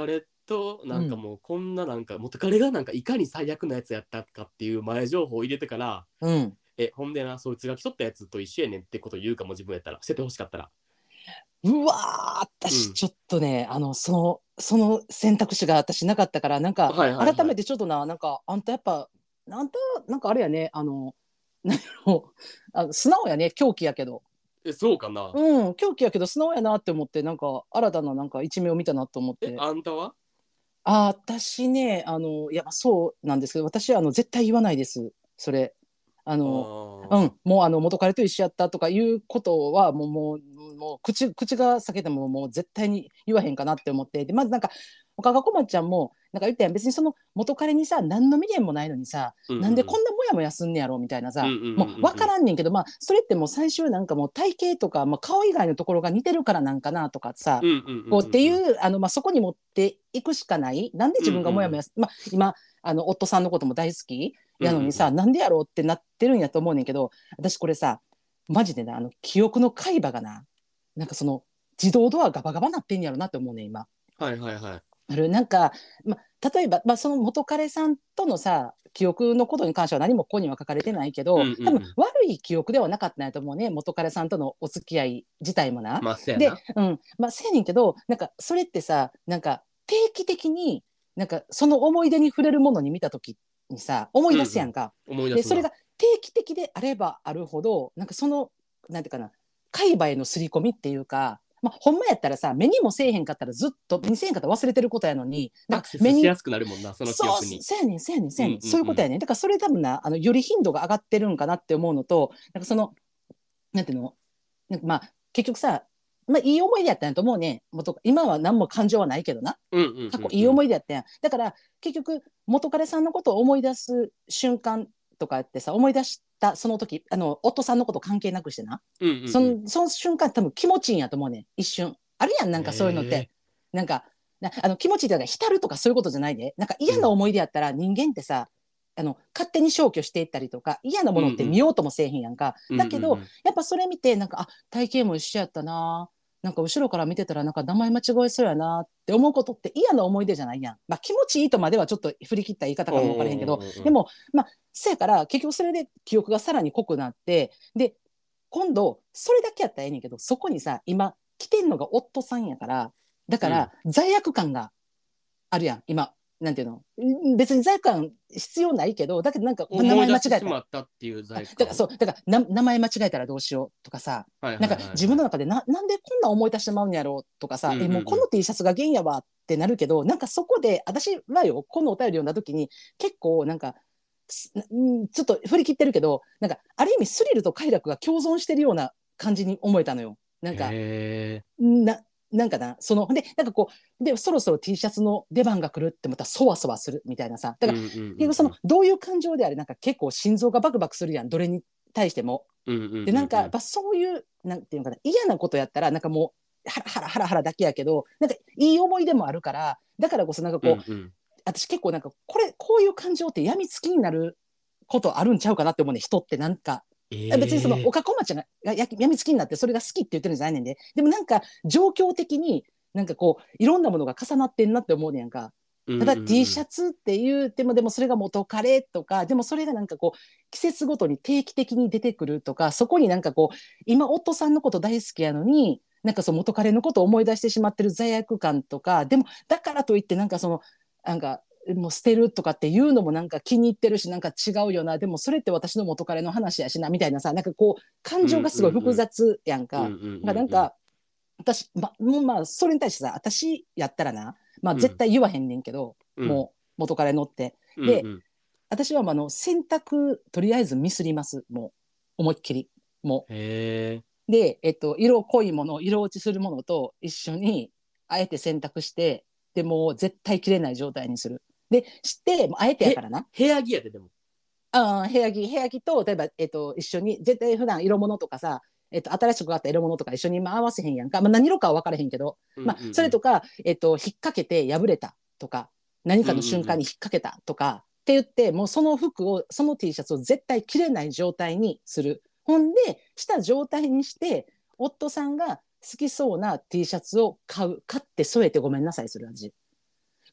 となんかもうこんななんか元彼がなんかいかに最悪なやつやったかっていう前情報を入れてから、ほんでなそいつが競ったやつと一緒やねんってこと言うかも、自分やったら捨ててほしかったら。 うわー、私ちょっとね、その選択肢が私なかったから、なんか改めてちょっとなんかあんたやっぱなんかあれやね、なん素直やね、狂気やけど。 そうかな。 狂気やけど素直やなって思って、なんか新たななんか一面を見たなと思って。 あんたは？ 私ね、いやそうなんですけど、私絶対言わないです、それ。もう元彼と一緒やったとかいうことはもう口が裂けてももう絶対に言わへんかなって思って、でまずなんか岡川こまちゃんもなんか言ったやん、別にその元彼にさ何の未練もないのにさ、なんでこんなモヤモヤすんねやろみたいなさ、もう分からんねんけど、まあそれってもう最終なんかもう体型とか、まあ、顔以外のところが似てるからなんかなとかさ、こうっていうそこに持っていくしかない。なんで自分がモヤモヤ、まあ今夫さんのことも大好きやのにさ、なんでやろうってなってるんやと思うねんけど、私これさマジでな、記憶の海馬がなんかその自動ドアガバガバなってんやろなって思うねん今。なんか、例えば、その元彼さんとのさ記憶のことに関しては何もここには書かれてないけど、多分悪い記憶ではなかったんやと思うね、元彼さんとのお付き合い自体もな。で、せやねんけど、なんかそれってさ、なんか定期的になんかその思い出に触れるものに見た時にさ思い出すやんか。でそれが定期的であればあるほど、なんかそのなんていうかな、海馬への刷り込みっていうか、ほんまやったらさ、目にもせえへんかったらずっと目にせえへんかったら忘れてることやのに、 アクセスしやすくなるもんな、その記憶に。 そうやねんそういうことやねん。だからそれ多分より頻度が上がってるんかなって思うのと、なんかそのなんていうの、なんか結局さ、いい思い出やったんやと思うね。今は何も感情はないけどな。過去いい思い出やったんや。だから結局元彼さんのことを思い出す瞬間とかってさ、思い出したその時、夫さんのこと関係なくしてな、その瞬間多分気持ちいいんやと思うねん。一瞬あるやん、なんかそういうのって。なんか気持ちいいとか浸るとかそういうことじゃないで、なんか嫌な思い出やったら人間ってさ、勝手に消去していったりとか、嫌なものって見ようともせえへんやんか。だけどやっぱそれ見てなんか体型も一緒やったな、なんか後ろから見てたらなんか名前間違えそうやなって思うことって嫌な思い出じゃないやん。気持ちいいとまではちょっと振り切った言い方かも分からへんけど、でもせやから結局それで記憶がさらに濃くなって、で今度それだけやったらええねんけど、そこにさ今来てんのが夫さんやから、だから罪悪感があるやん今。なんていうの、別に罪悪感必要ないけど、だけどなんか名前間違えたら、だからそうだから名前間違えたらどうしようとかさ、なんか自分の中でなんでこんな思い出してまうんやろうとかさ、もうこの T シャツが原やわってなるけど、なんかそこで私はよ、このお便り読んだ時に結構なんかちょっと振り切ってるけど、なんかある意味スリルと快楽が共存してるような感じに思えたのよ。なんかなんかな、でなんかこうでそろそろ T シャツの出番が来るってまたそわそわするみたいなさ、だから結局そのどういう感情であれなんか結構心臓がバクバクするやん、どれに対しても。でなんかやっぱそういうなんていうのかな、嫌なことやったらなんかもうハラハラハラハラだけやけど、なんかいい思い出もあるから、だからこそなんかこう、私結構なんかこういう感情って病みつきになることあるんちゃうかなって思うね、人ってなんか。別にその岡小町がやみつきになってそれが好きって言ってるんじゃないねんで、でもなんか状況的になんかこういろんなものが重なってんなって思うねやんか。ただ T シャツって言うてもでもそれが元カレとか、でもそれがなんかこう季節ごとに定期的に出てくるとか、そこになんかこう今夫さんのこと大好きやのになんかその元カレのことを思い出してしまってる罪悪感とか、でもだからといってなんかそのなんかもう捨てるとかっていうのもなんか気に入ってるし、なんか違うよな、でもそれって私の元彼の話やしなみたいなさ、なんかこう感情がすごい複雑やんか。なんか私それに対してさ、私やったらな、絶対言わへんねんけど、もう元彼のって、で私は選択とりあえずミスります、もう思いっきり。もうで、色濃いもの、色落ちするものと一緒にあえて選択して、でもう絶対切れない状態にする。でしてあえてやからな、 部屋着やで。でも部屋着と例えば、一緒に絶対普段色物とかさ、新しく買った色物とか一緒に合わせへんやんか、何色かは分からへんけど、それとか、引っ掛けて破れたとか、何かの瞬間に引っ掛けたとか、って言ってもうその服をその T シャツを絶対着れない状態にする。ほんでした状態にして夫さんが好きそうな T シャツを買って添えてごめんなさいする味。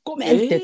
ごめんって言って、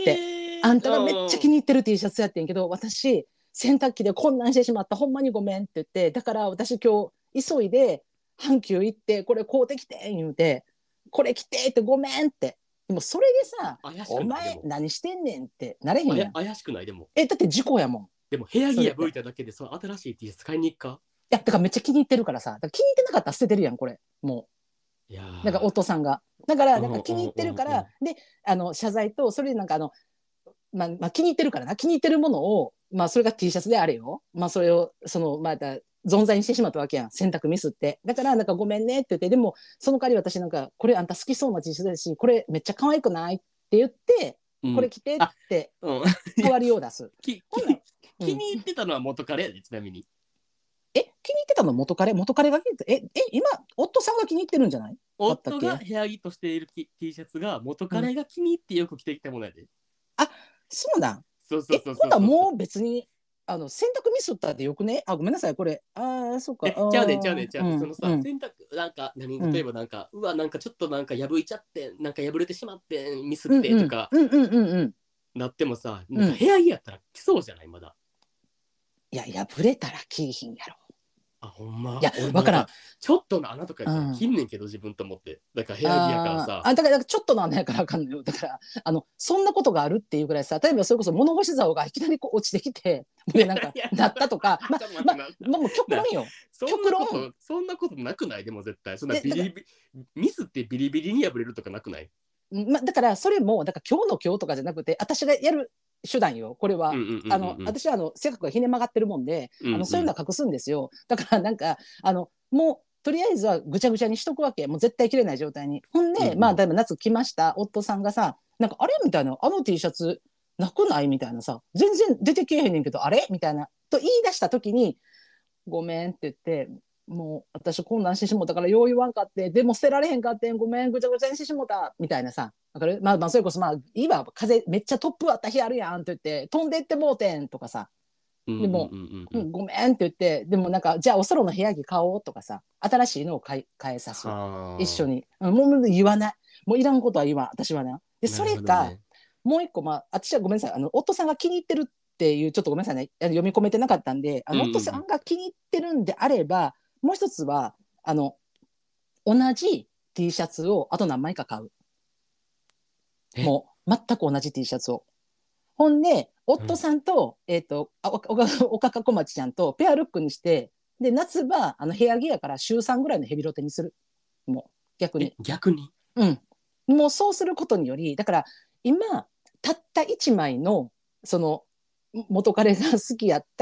あんたがめっちゃ気に入ってる T シャツやってんけど、私洗濯機で混乱してしまった、ほんまにごめんって言って、だから私今日急いで阪急行ってこれ買うてきて言うて、これ着てってごめんって。でもそれでさ、お前何してんねんってなれへんやん。 怪しくない？でもだって事故やもん。 でも部屋着破いただけでその新しい T シャツ買いに行くか？ いやだからめっちゃ気に入ってるからさ、だから気に入ってなかったら捨ててるやんこれもう。 いやなんか夫さんがだからなんか気に入ってるから、で謝罪と、それでなんかまあ、気に入ってるからな、気に入ってるものを、まあ、それが T シャツであれよ、まあ、それをまた存在にしてしまったわけやん、選択ミスって。だからなんかごめんねって言って、でもその代わり私なんかこれあんた好きそうな T シャツだし、これめっちゃ可愛くないって言って、これ着てって代わりを出す。 気に入ってたのは元彼やで、ちなみに。 気に入ってたの元彼が気に入って、今夫さんが気に入ってるんじゃない？ 夫が部屋着としている T シャツが元彼が気に入ってよく着てきたものやで。 あ、そうなん。 そうそうそうそう。 ほんならもう別に選択ミスったってよくね。ごめんなさいこれ。そうか。 ちゃうねん。そのさ、選択なんか例えばなんか、うわなんかちょっとなんか破いちゃってなんか破れてしまってミスってとかなってもさ、なんか部屋着やったら着そうじゃないまだ。 いや破れたら着いひんやろ。 ほんま。 いや分からん。 ちょっとの穴とかやったら着んねんけど、自分と思って。だから部屋着やからさ。 だからちょっとの穴やからあかんのよ。だからそんなことがあるっていうぐらいさ、例えばそれこそ物干し竿がいきなりこう落ちてきてなんかなったとか、もう極論よ。極論。 そんなことなくない？でも絶対そんなミスってビリビリに破れるとかなくない？ だからそれもだから今日とかじゃなくて、私がやる手段よこれは。私は性格がひね曲がってるもんで、そういうのは隠すんですよ。だからなんかもうとりあえずはぐちゃぐちゃにしとくわけ。もう絶対切れない状態に。ほんで、まあだいぶ夏来ました、夫さんがさ、なんかあれみたいな、T シャツなくないみたいなさ、全然出てけえへんねんけどあれみたいなと言い出した時に、ごめんって言って、もう私混乱してしもたからよう言わんかって、でも捨てられへんかってん、ごめんぐちゃぐちゃにしてしもたみたいなさ、わかる？まあそれこそいいわ、風めっちゃトップあった日あるやんって言って飛んでってもうてんとかさ、でも、ごめんって言って、でもなんかじゃあおそろの部屋着買おうとかさ、新しいのを買えさす一緒に、もう言わない、もういらんことは言わん私はね。でそれか、もう一個私はごめんなさい、夫さんが気に入ってるっていう、ちょっとごめんなさいね、読み込めてなかったんで、夫さんが気に入ってるんであれば、もう一つは同じ T シャツをあと何枚か買う。もう全く同じ T シャツを。ほんで夫さんと、おかかこまちちゃんとペアルックにして、で夏場部屋着やから週3ぐらいのヘビロテにする。もう逆に。もうそうすることにより、だから今たった1枚のその元彼が好きやった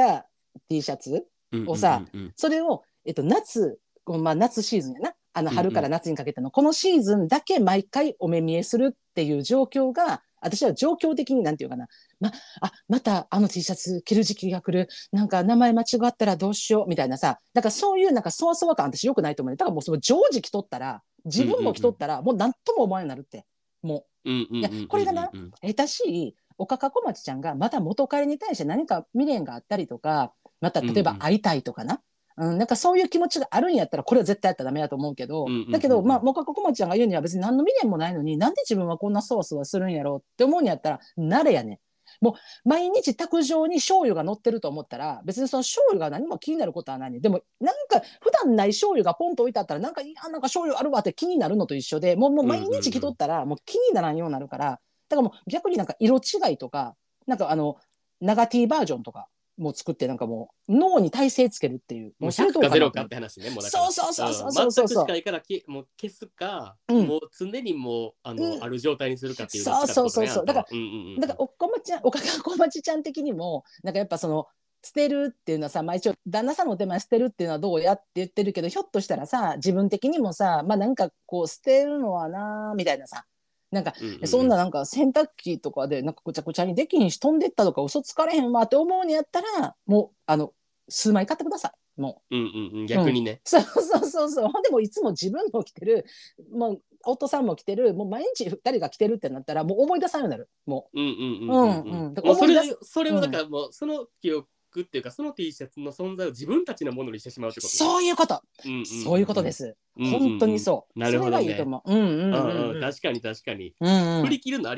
T シャツをさ、それを、夏シーズンやな、春から夏にかけてのこのシーズンだけ毎回お目見えするっていう状況が、私は状況的になんていうかな、またT シャツ着る時期が来る、なんか名前間違ったらどうしようみたいなさ、だからそういうなんかそわそわ感私よくないと思うね。だからもうその常時着とったら、自分も着とったらもう何とも思わんようになるって。もういやこれがな、下手しいおかかこまちちゃんがまた元彼に対して何か未練があったりとか、また例えば会いたいとかな、なんかそういう気持ちがあるんやったらこれは絶対やったらダメだと思うけど、だけどおかかこまちゃんが言うには別に何の未練もないのに、なんで自分はこんなそわそわするんやろうって思うんやったら慣れやねん。もう毎日卓上に醤油が乗ってると思ったら、別にその醤油が何も気になることはないね。でもなんか普段ない醤油がポンと置いてあったら、なんか醤油あるわって気になるのと一緒で、もう毎日着とったらもう気にならんようになるから、だからもう逆になんか色違いとか、なんか長 T バージョンとかもう作って、なんかもう脳に耐性つけるっていう、 もう100か0かって話ね。もうだからそう全くしかいからもう消すか、もう常にもうある状態にするかっていう。 そうだからおかかこまちちゃん的にもなんかやっぱその捨てるっていうのはさ、一応旦那さんの手前捨てるっていうのはどうやって言ってるけど、ひょっとしたらさ自分的にもさ、なんかこう捨てるのはなみたいなさ、なんか、そんななんか洗濯機とかでなんかぐちゃぐちゃにできひんし飛んでったとか嘘つかれへんわって思うんやったら、もう数枚買ってください。もう逆にね、 そうほんでもいつも自分も着てる、もう夫さんも着てる、もう毎日2人が着てるってなったらもう思い出さんようになる。もうそれはだからもうその記憶っていうか、その T シャツの存在を自分たちのものにしてしまうってこと。 そういうこと、そういうことです。本当にそう。 なるほどね。 それがいいと思う。 確かに振り切るのありかも。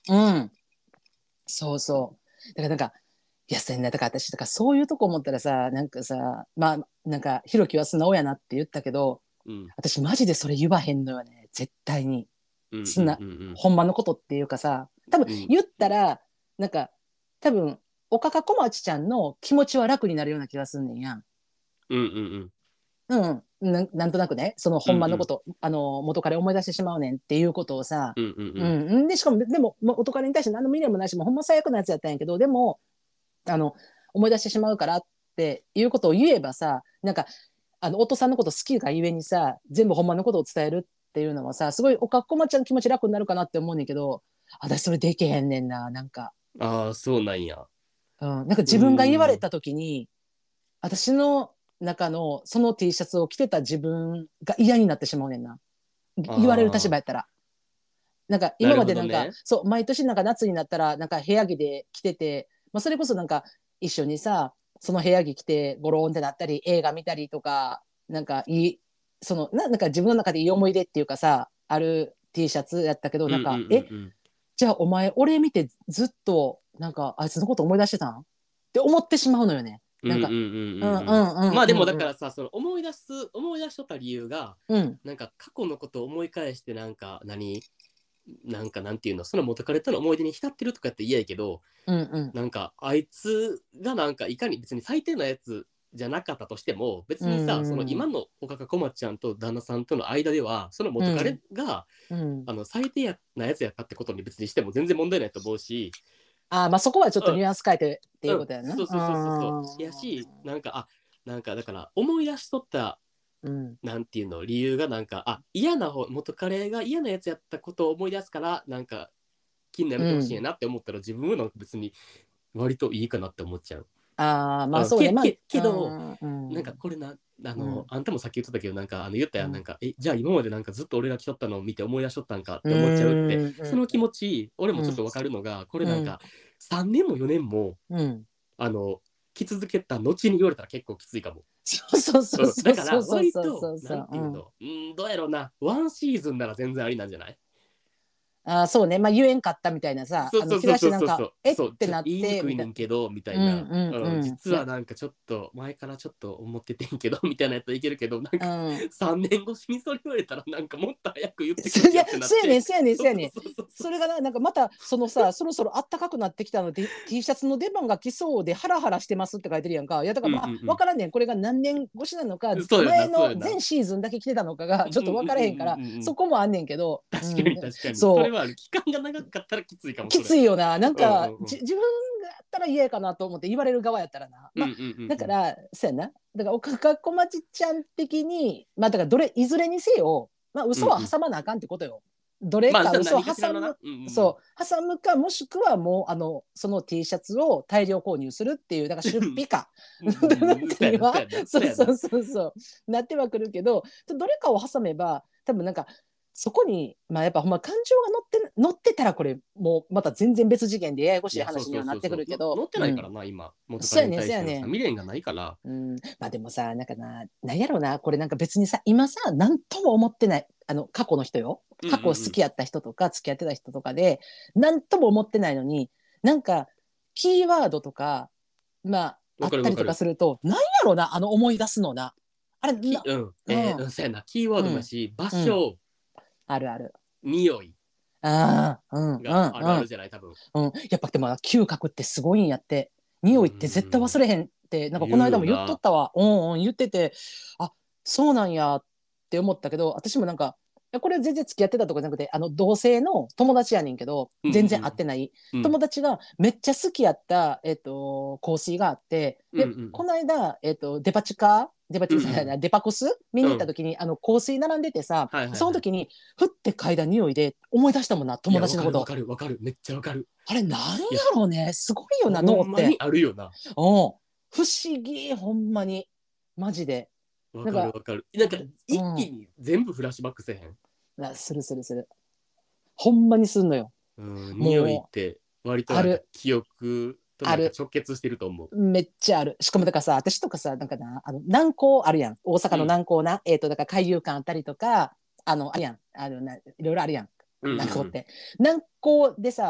うん。そうそう。だからなんか、いや、そうやな、だから私、だからそういうとこ思ったらさ、なんかさ、まあ、なんか、ひろきは素直やなって言ったけど、 うん。 私マジでそれ言わへんのよね。絶対に。 うんうん素な、 うんほんまのことっていうかさ、多分うん。 言ったら、なんか、多分、おかかこまちちゃんの気持ちは楽になるような気がすんねんやん。 うんうんうん。 なんとなくね、そのほんまのこと、元彼思い出してしまうねんっていうことをさ、 うんうんうんで、しかも、でも、元彼に対して何の未練もないし、もうほんま最悪なやつやったんやけど、でも、あの、思い出してしまうからっていうことを言えばさ、なんか、夫さんのこと好きがゆえにさ、全部ほんまのことを伝えるっていうのはさ、すごいおかっこまちゃんの気持ち楽になるかなって思うねんけど、私それできへんねんな、なんか。 ああ、そうなんや。 なんかう自分が言わーん。 れた時に、私の中のその T シャツを着てた自分が嫌になってしまうねんな。言われる立ああ、 場やったら。なんかなる今までなんか、 ほどね。 そう、毎年なんか夏になったら、なんか部屋着で着てて、まあ、それこそなんか一緒にさ、その部屋着着てゴローンってなったり、映画見たりとか、なんかいい、なんか自分の中でいい思い出っていうかさ、ある T シャツやったけど、 うんうんうんなんか、 うん。 じゃあお前、俺見てずっと、なんか、あいつのこと思い出してたんって思ってしまうのよね。 うんうんうんなんか、うんううんうん。 んうんまあでもうんうん。 だからさ、その思い出しとった理由が、 うん、 なんか過去のことを思い返してなんかなんかなんていうの、その元彼との思い出に浸ってるとかって嫌やけど、 うんうん、 なんかあいつがなんかいかに別に最低なやつじゃなかったとしても、別うにさ、そのん、 今のおかかこまちゃんと旦那さんとの間では、その元彼うん、 がうん。 最低なやつやったってことに別にしても全然問題ないと思うし、 ああ、まあそこはちょっとうん、 ニュアンス変えてっていうん、 うことやな。 そうそうそうそうそう。やし、なんかだから思い出しとったうん。 なんていうの理由がなんか嫌な方元彼が嫌なやつやったことを思い出すからなんか気にやめてほしいうん。 なって思ったら自分は別に割といいかなって思っちゃう。 ああ、まあそうね。まけどあ、うん、 なんかこれなうん、 あんたもさっき言ってたけどなんか言ったやんなんうん、 かじゃあ今までなんかずっと俺が来とったのを見て思い出しとったんかっうて思っちゃうってん、 その気持ち俺もうん、 ちょっとわかるのがこれうん、 なんか3年も4年もうん。 あの来続けた後に言われたら結構きついかも。 そうそうそうそうだからそうそう割と、 そうそう、 なんてうん。 いうの、どうやろうな、ワンシーズンなら全然ありなんじゃない？ ああ、そうね。まあ言えんかったみたいなさ、来そうそうそうだしてなんか、 そうそうそう、 えっそう、ちょっとてなって、 言いにくいみたいな。 ねんけど、みたうん、 いな。 うん、うん。 実はなんかちょっと、前からちょっと思っててんけど、みたいなやつはいけるけど、なんうかん。 3年越しにそれ言われたら、なんかもっと早く言ってくれいや、 よってなって、 そうやねん、そうやねん、 そうそうそうやねん。 そうそうそう。 それがな、なんかまた、そのさ、そろそろ暖かくなってきたので、T シャツの出番が来そうで、ハラハラしてますって書いてるやんか。いや、だかうんうらまあ、わからんねん。これが何年越しなのか、 そうよな、 前そうよな。 の全シーズンだけ来てたのかが、ちょっとわからへんから、 うん。 そこもあんねんけど、 確かに確かに。それそはある。期間が長かったらきついかう、 も、 きそれ。 ついよな。なんか、 うんうんうん。 自分がやったら嫌やかなと思って言われる側やったらな。まあ、 うんうんうんうん。 だから、そうやな。だから、おかかこまちちゃん的に、まあ、だから、いずれにせよ、まあ、嘘はうんうん。 挟まなあかんってことよ。どれまあ、 か嘘を何かしらのな。 挟む、 うんうん。 挟むか、もしくはもう、その T シャツを大量購入するっていう、だから出費か。 うんうなんん、そうやな、そうかには、 やな、そうやな。 そうそうそうそう、なってはくるけど、どれかを挟めば、多分なんか、そこに、まあやっぱほんま感情が乗ってたらこれもうまた全然別次元でややこしいいや、そう話にはなってくそうそうそう。 るけど、 乗ってうん。 ないからな、今。元彼にそうやねん、 対してのさ、 そうやねん。 未練がないから。 うん、まあでもさ、なんかな、なんやろうな、これなんか別にさ、今さ、なんとも思ってない、過去の人よ。 うんう過去好んきやった人とか、付き合ってた人とかで、なんとも思ってないのに、なんか、キーワードとか、まあ、 うん。わあったりとかかるわかる。 すると、なんやろうな、思い出すのな。あれ、 うん。 うん、 そうやな。キーワーうん、 ドもやし、場うん、 所、 あるある。 匂いああ、うん、うん、 があるあうん、 るじゃない、多分。 うん。やっぱでも、嗅覚ってすごいんやって。 うー匂いって絶対忘ん。 れへんって、なんかこ言うの間も言っとよな。 ったわ。うんうん、言ってて、あ、そうなんやって思ったけど、私もなんか、いやこれ全然付き合ってたとかじゃなくて、同性の友達やねんけど、 うんう全然会っんてない。 うん。 友達がめっちゃ好きやった、香水があって、で、 うんうんこの間、デパ地下じゃないな、 うんうんデパコス見うん。うん。 に行った時に、香水並んでてさ、 はいはいはい。 その時に、ふって嗅いだ匂いで思い出したもんな、友いや、わかるわ達のこと。 かるわかる。めっちゃわかる。 あれなんやいや、 ろうね。すごいよな、 ほ脳って。 んまにあるよな。 うん。不思議、ほんまに。マジで。 わなんか、 かるわかる。なんか、一気うに全部フラッシュバックせえへん。 するするする。ほんまにすんのよ。 うん、匂いっもう、 て割となんかある、 記憶となんかある。 直結してると思う。 めっちゃある。しかもだからさ、私とかさ、なんかな、南港あるやん。大阪のうん。 南港な。だから海遊館あったりとか、あるやん。いろいろあるやん。 うんうんうん。 南港って。南港でさ、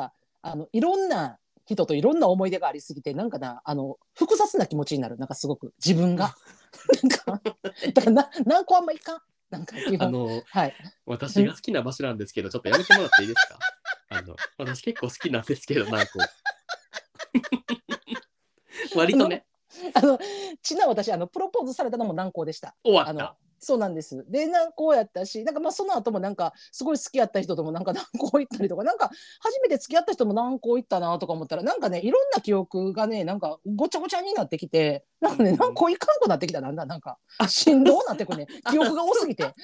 いろんな人といろんな思い出がありすぎて、なんかな、複雑な気持ちになる。なんかすごく自分が。なんか、だから何個あんまいかん。なんか基本。はい。 私が好きな場所なんですけど、ちょっとやめてもらっていいですか？私結構好きなんですけど、何個。割とね。 私プロポーズされたのも南高でした。 終わった。 そうなんです。で南高やったし、なんかまあその後もなんかすごい好きやった人ともなんか南高行ったりとか、なんか初めて付き合った人も南高行ったなとか思ったら、なんかねいろんな記憶がねなんかごちゃごちゃになってきて、なんかね南高行かんくなってきた。なんかしんどうなってくね記憶が多すぎて。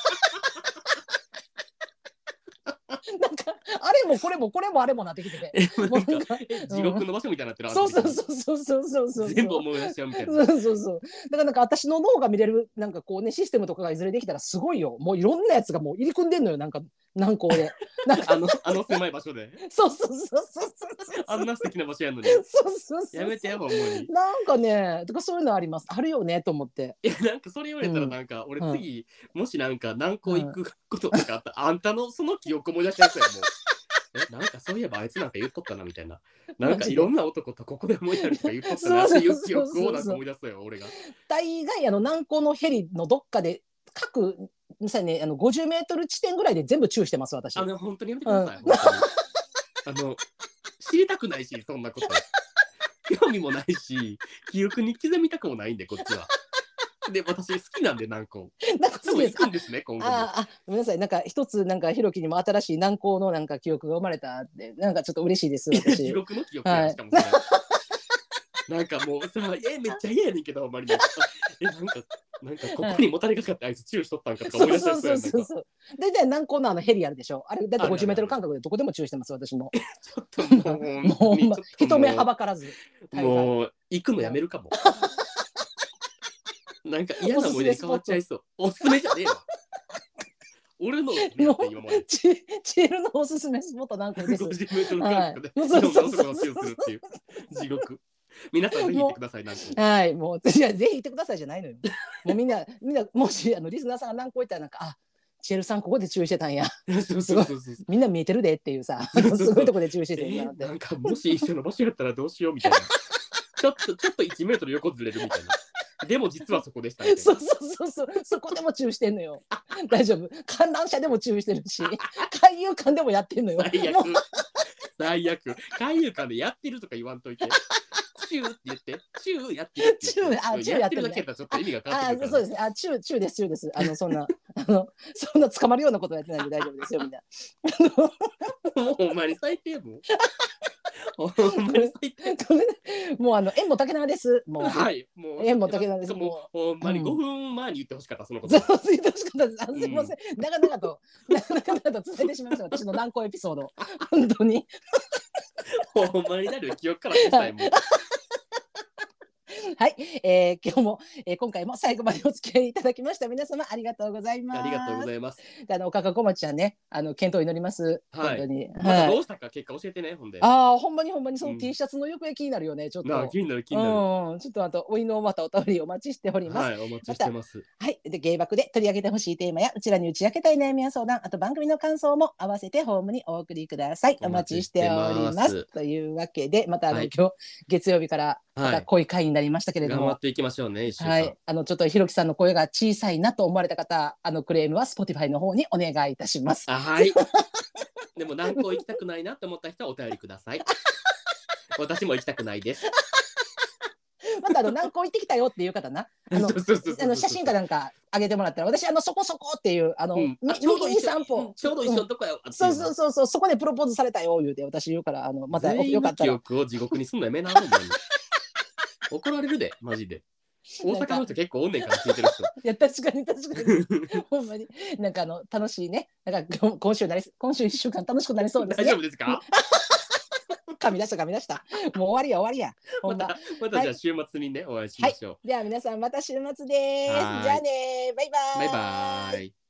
なんかあれもこれもこれもあれもなってきてて、 もうなんか地獄の場所みたいになってる。 そう全部思い出しちゃうみたいな。 だからなんか私の脳が見れるなんかこうねシステムとかがいずれできたらすごいよ。もういろんなやつがもう入り組んでんのよ。なんか南高で。 狭い場所で。 そう。 あんな素敵な場所やのに。やめてやほんまに。 なんかね、とかそういうのあります。あるよねと思って。 いやなんかそれ言われたらなんか、俺次、もしなんか南高行くこととかあったら、あんたのその記憶思い出しちゃうやもう。なんかそういえばあいつなんか言っとったなみたいな。なんかいろんな男とここで思い出るとか言っとったなっていう記憶をなんか思い出すよ、俺が。 大概南高のヘリのどっかで各ね、50メートル地点ぐらいで全部チューしてます、私。 本当にやめてください。本当に知りたくないし、そんなこと。興味もないし、記憶に刻みたくもないんで、こっちは。で、私好きなんで、南高。そう行くんですね、今後も。 ごめんなさい。なんか一つ、なんかひろきにも新しい南高のなんか記憶が生まれたって、なんかちょっと嬉しいです、私。 地獄の記憶や、しかもなんかもうさ、めっちゃ嫌やねんけど、あんまりなんかここにもたれかかってあいつチューしとったんかとか思い出しちゃう。 そう。で、南高のヘリあるでしょ。あれ、だって50メートル間隔でどこでもチューしてます、私も。 ちょっともう、 人目はばからず。 もう、行くのやめるかも。なんか嫌な思い出に変わっちゃいそう。おすすめじゃねえわ。俺のチールのおすすめスポット何個です。 50メートル間隔で。そう地獄。皆さんぜひ行ってください。 はい、もうぜひ行ってくださいじゃないのよ。もうみんなもしリスナーさんが何個いたらなんかチェルさんここで注意してたんや。みんな見えてるでっていうさ、すごいとこで注意しててるなんかもし一緒の場所やったらどうしようみたいな。ちょっと1メートル横ずれるみたいな。でも実はそこでした。 そうそこでも注意してんのよ。大丈夫。観覧車でも注意してるし、海遊館でもやってんのよ。 最悪。海遊館でやってるとか言わんといて。チューって言って、チューやってるってチューやってるだけだったらちょっと意味が変わってくるから。 そうですね。チューです。そんな捕まるようなことやってないんで大丈夫ですよみんな。 もうお前に最低も。 もう縁も竹縄です。もうはいもう縁も竹縄です。 もうほんまに5分前に言ってほしかったそのこと。 そう言ってほしかったです。すみません。長々と伝えてしまいました。私の難攻エピソード。本当に。 ほんまになる記憶からしたいもん。 はい、今日も、今回も最後までお付き合いいただきました皆様ありがとうございます。 ありがとうございます。 おかかこまちゃんね、健闘を祈ります。 はい、 本当に。 またどうしたか結果教えてね、ほんで。 ほんまにその T シャツの行方気になるよね、ちょっと。 気になる。ちょっとあとおいのまたお便りお待ちしております。 はい、お待ちしてます。 はい、で芸爆で取り上げてほしいテーマやうちらに打ち明けたい悩みや相談、あと番組の感想も合わせてホームにお送りください。お待ちしております。というわけでまた今日月曜日からまた濃い回になりましたけれども、 頑張っていきましょうね。 はい、ちょっとひろきさんの声が小さいなと思われた方、クレームは Spotify の方にお願いいたします。 はい。でも南高行きたくないなと思った人はお便りください。私も行きたくないです。 また南高行ってきたよっていう方な、写真かなんか上げてもらったら、私そこそこっていう右に散歩ちょうど一緒のとこや。 そうそこでプロポーズされたよ言うて私言うからまたよかったら。 記憶を地獄にすんのやめな。怒られるでマジで。大阪の人結構おんねんから聞いてる人。 いや確かにほんまになんか楽しいね。なんか今週1週間楽しくなりそうですね。 大丈夫ですか？ 噛み出した。もう終わりや。 またじゃあ週末にね、お会いしましょう。 では皆さんまた週末です。じゃあね、バイバイ。 バイバイ。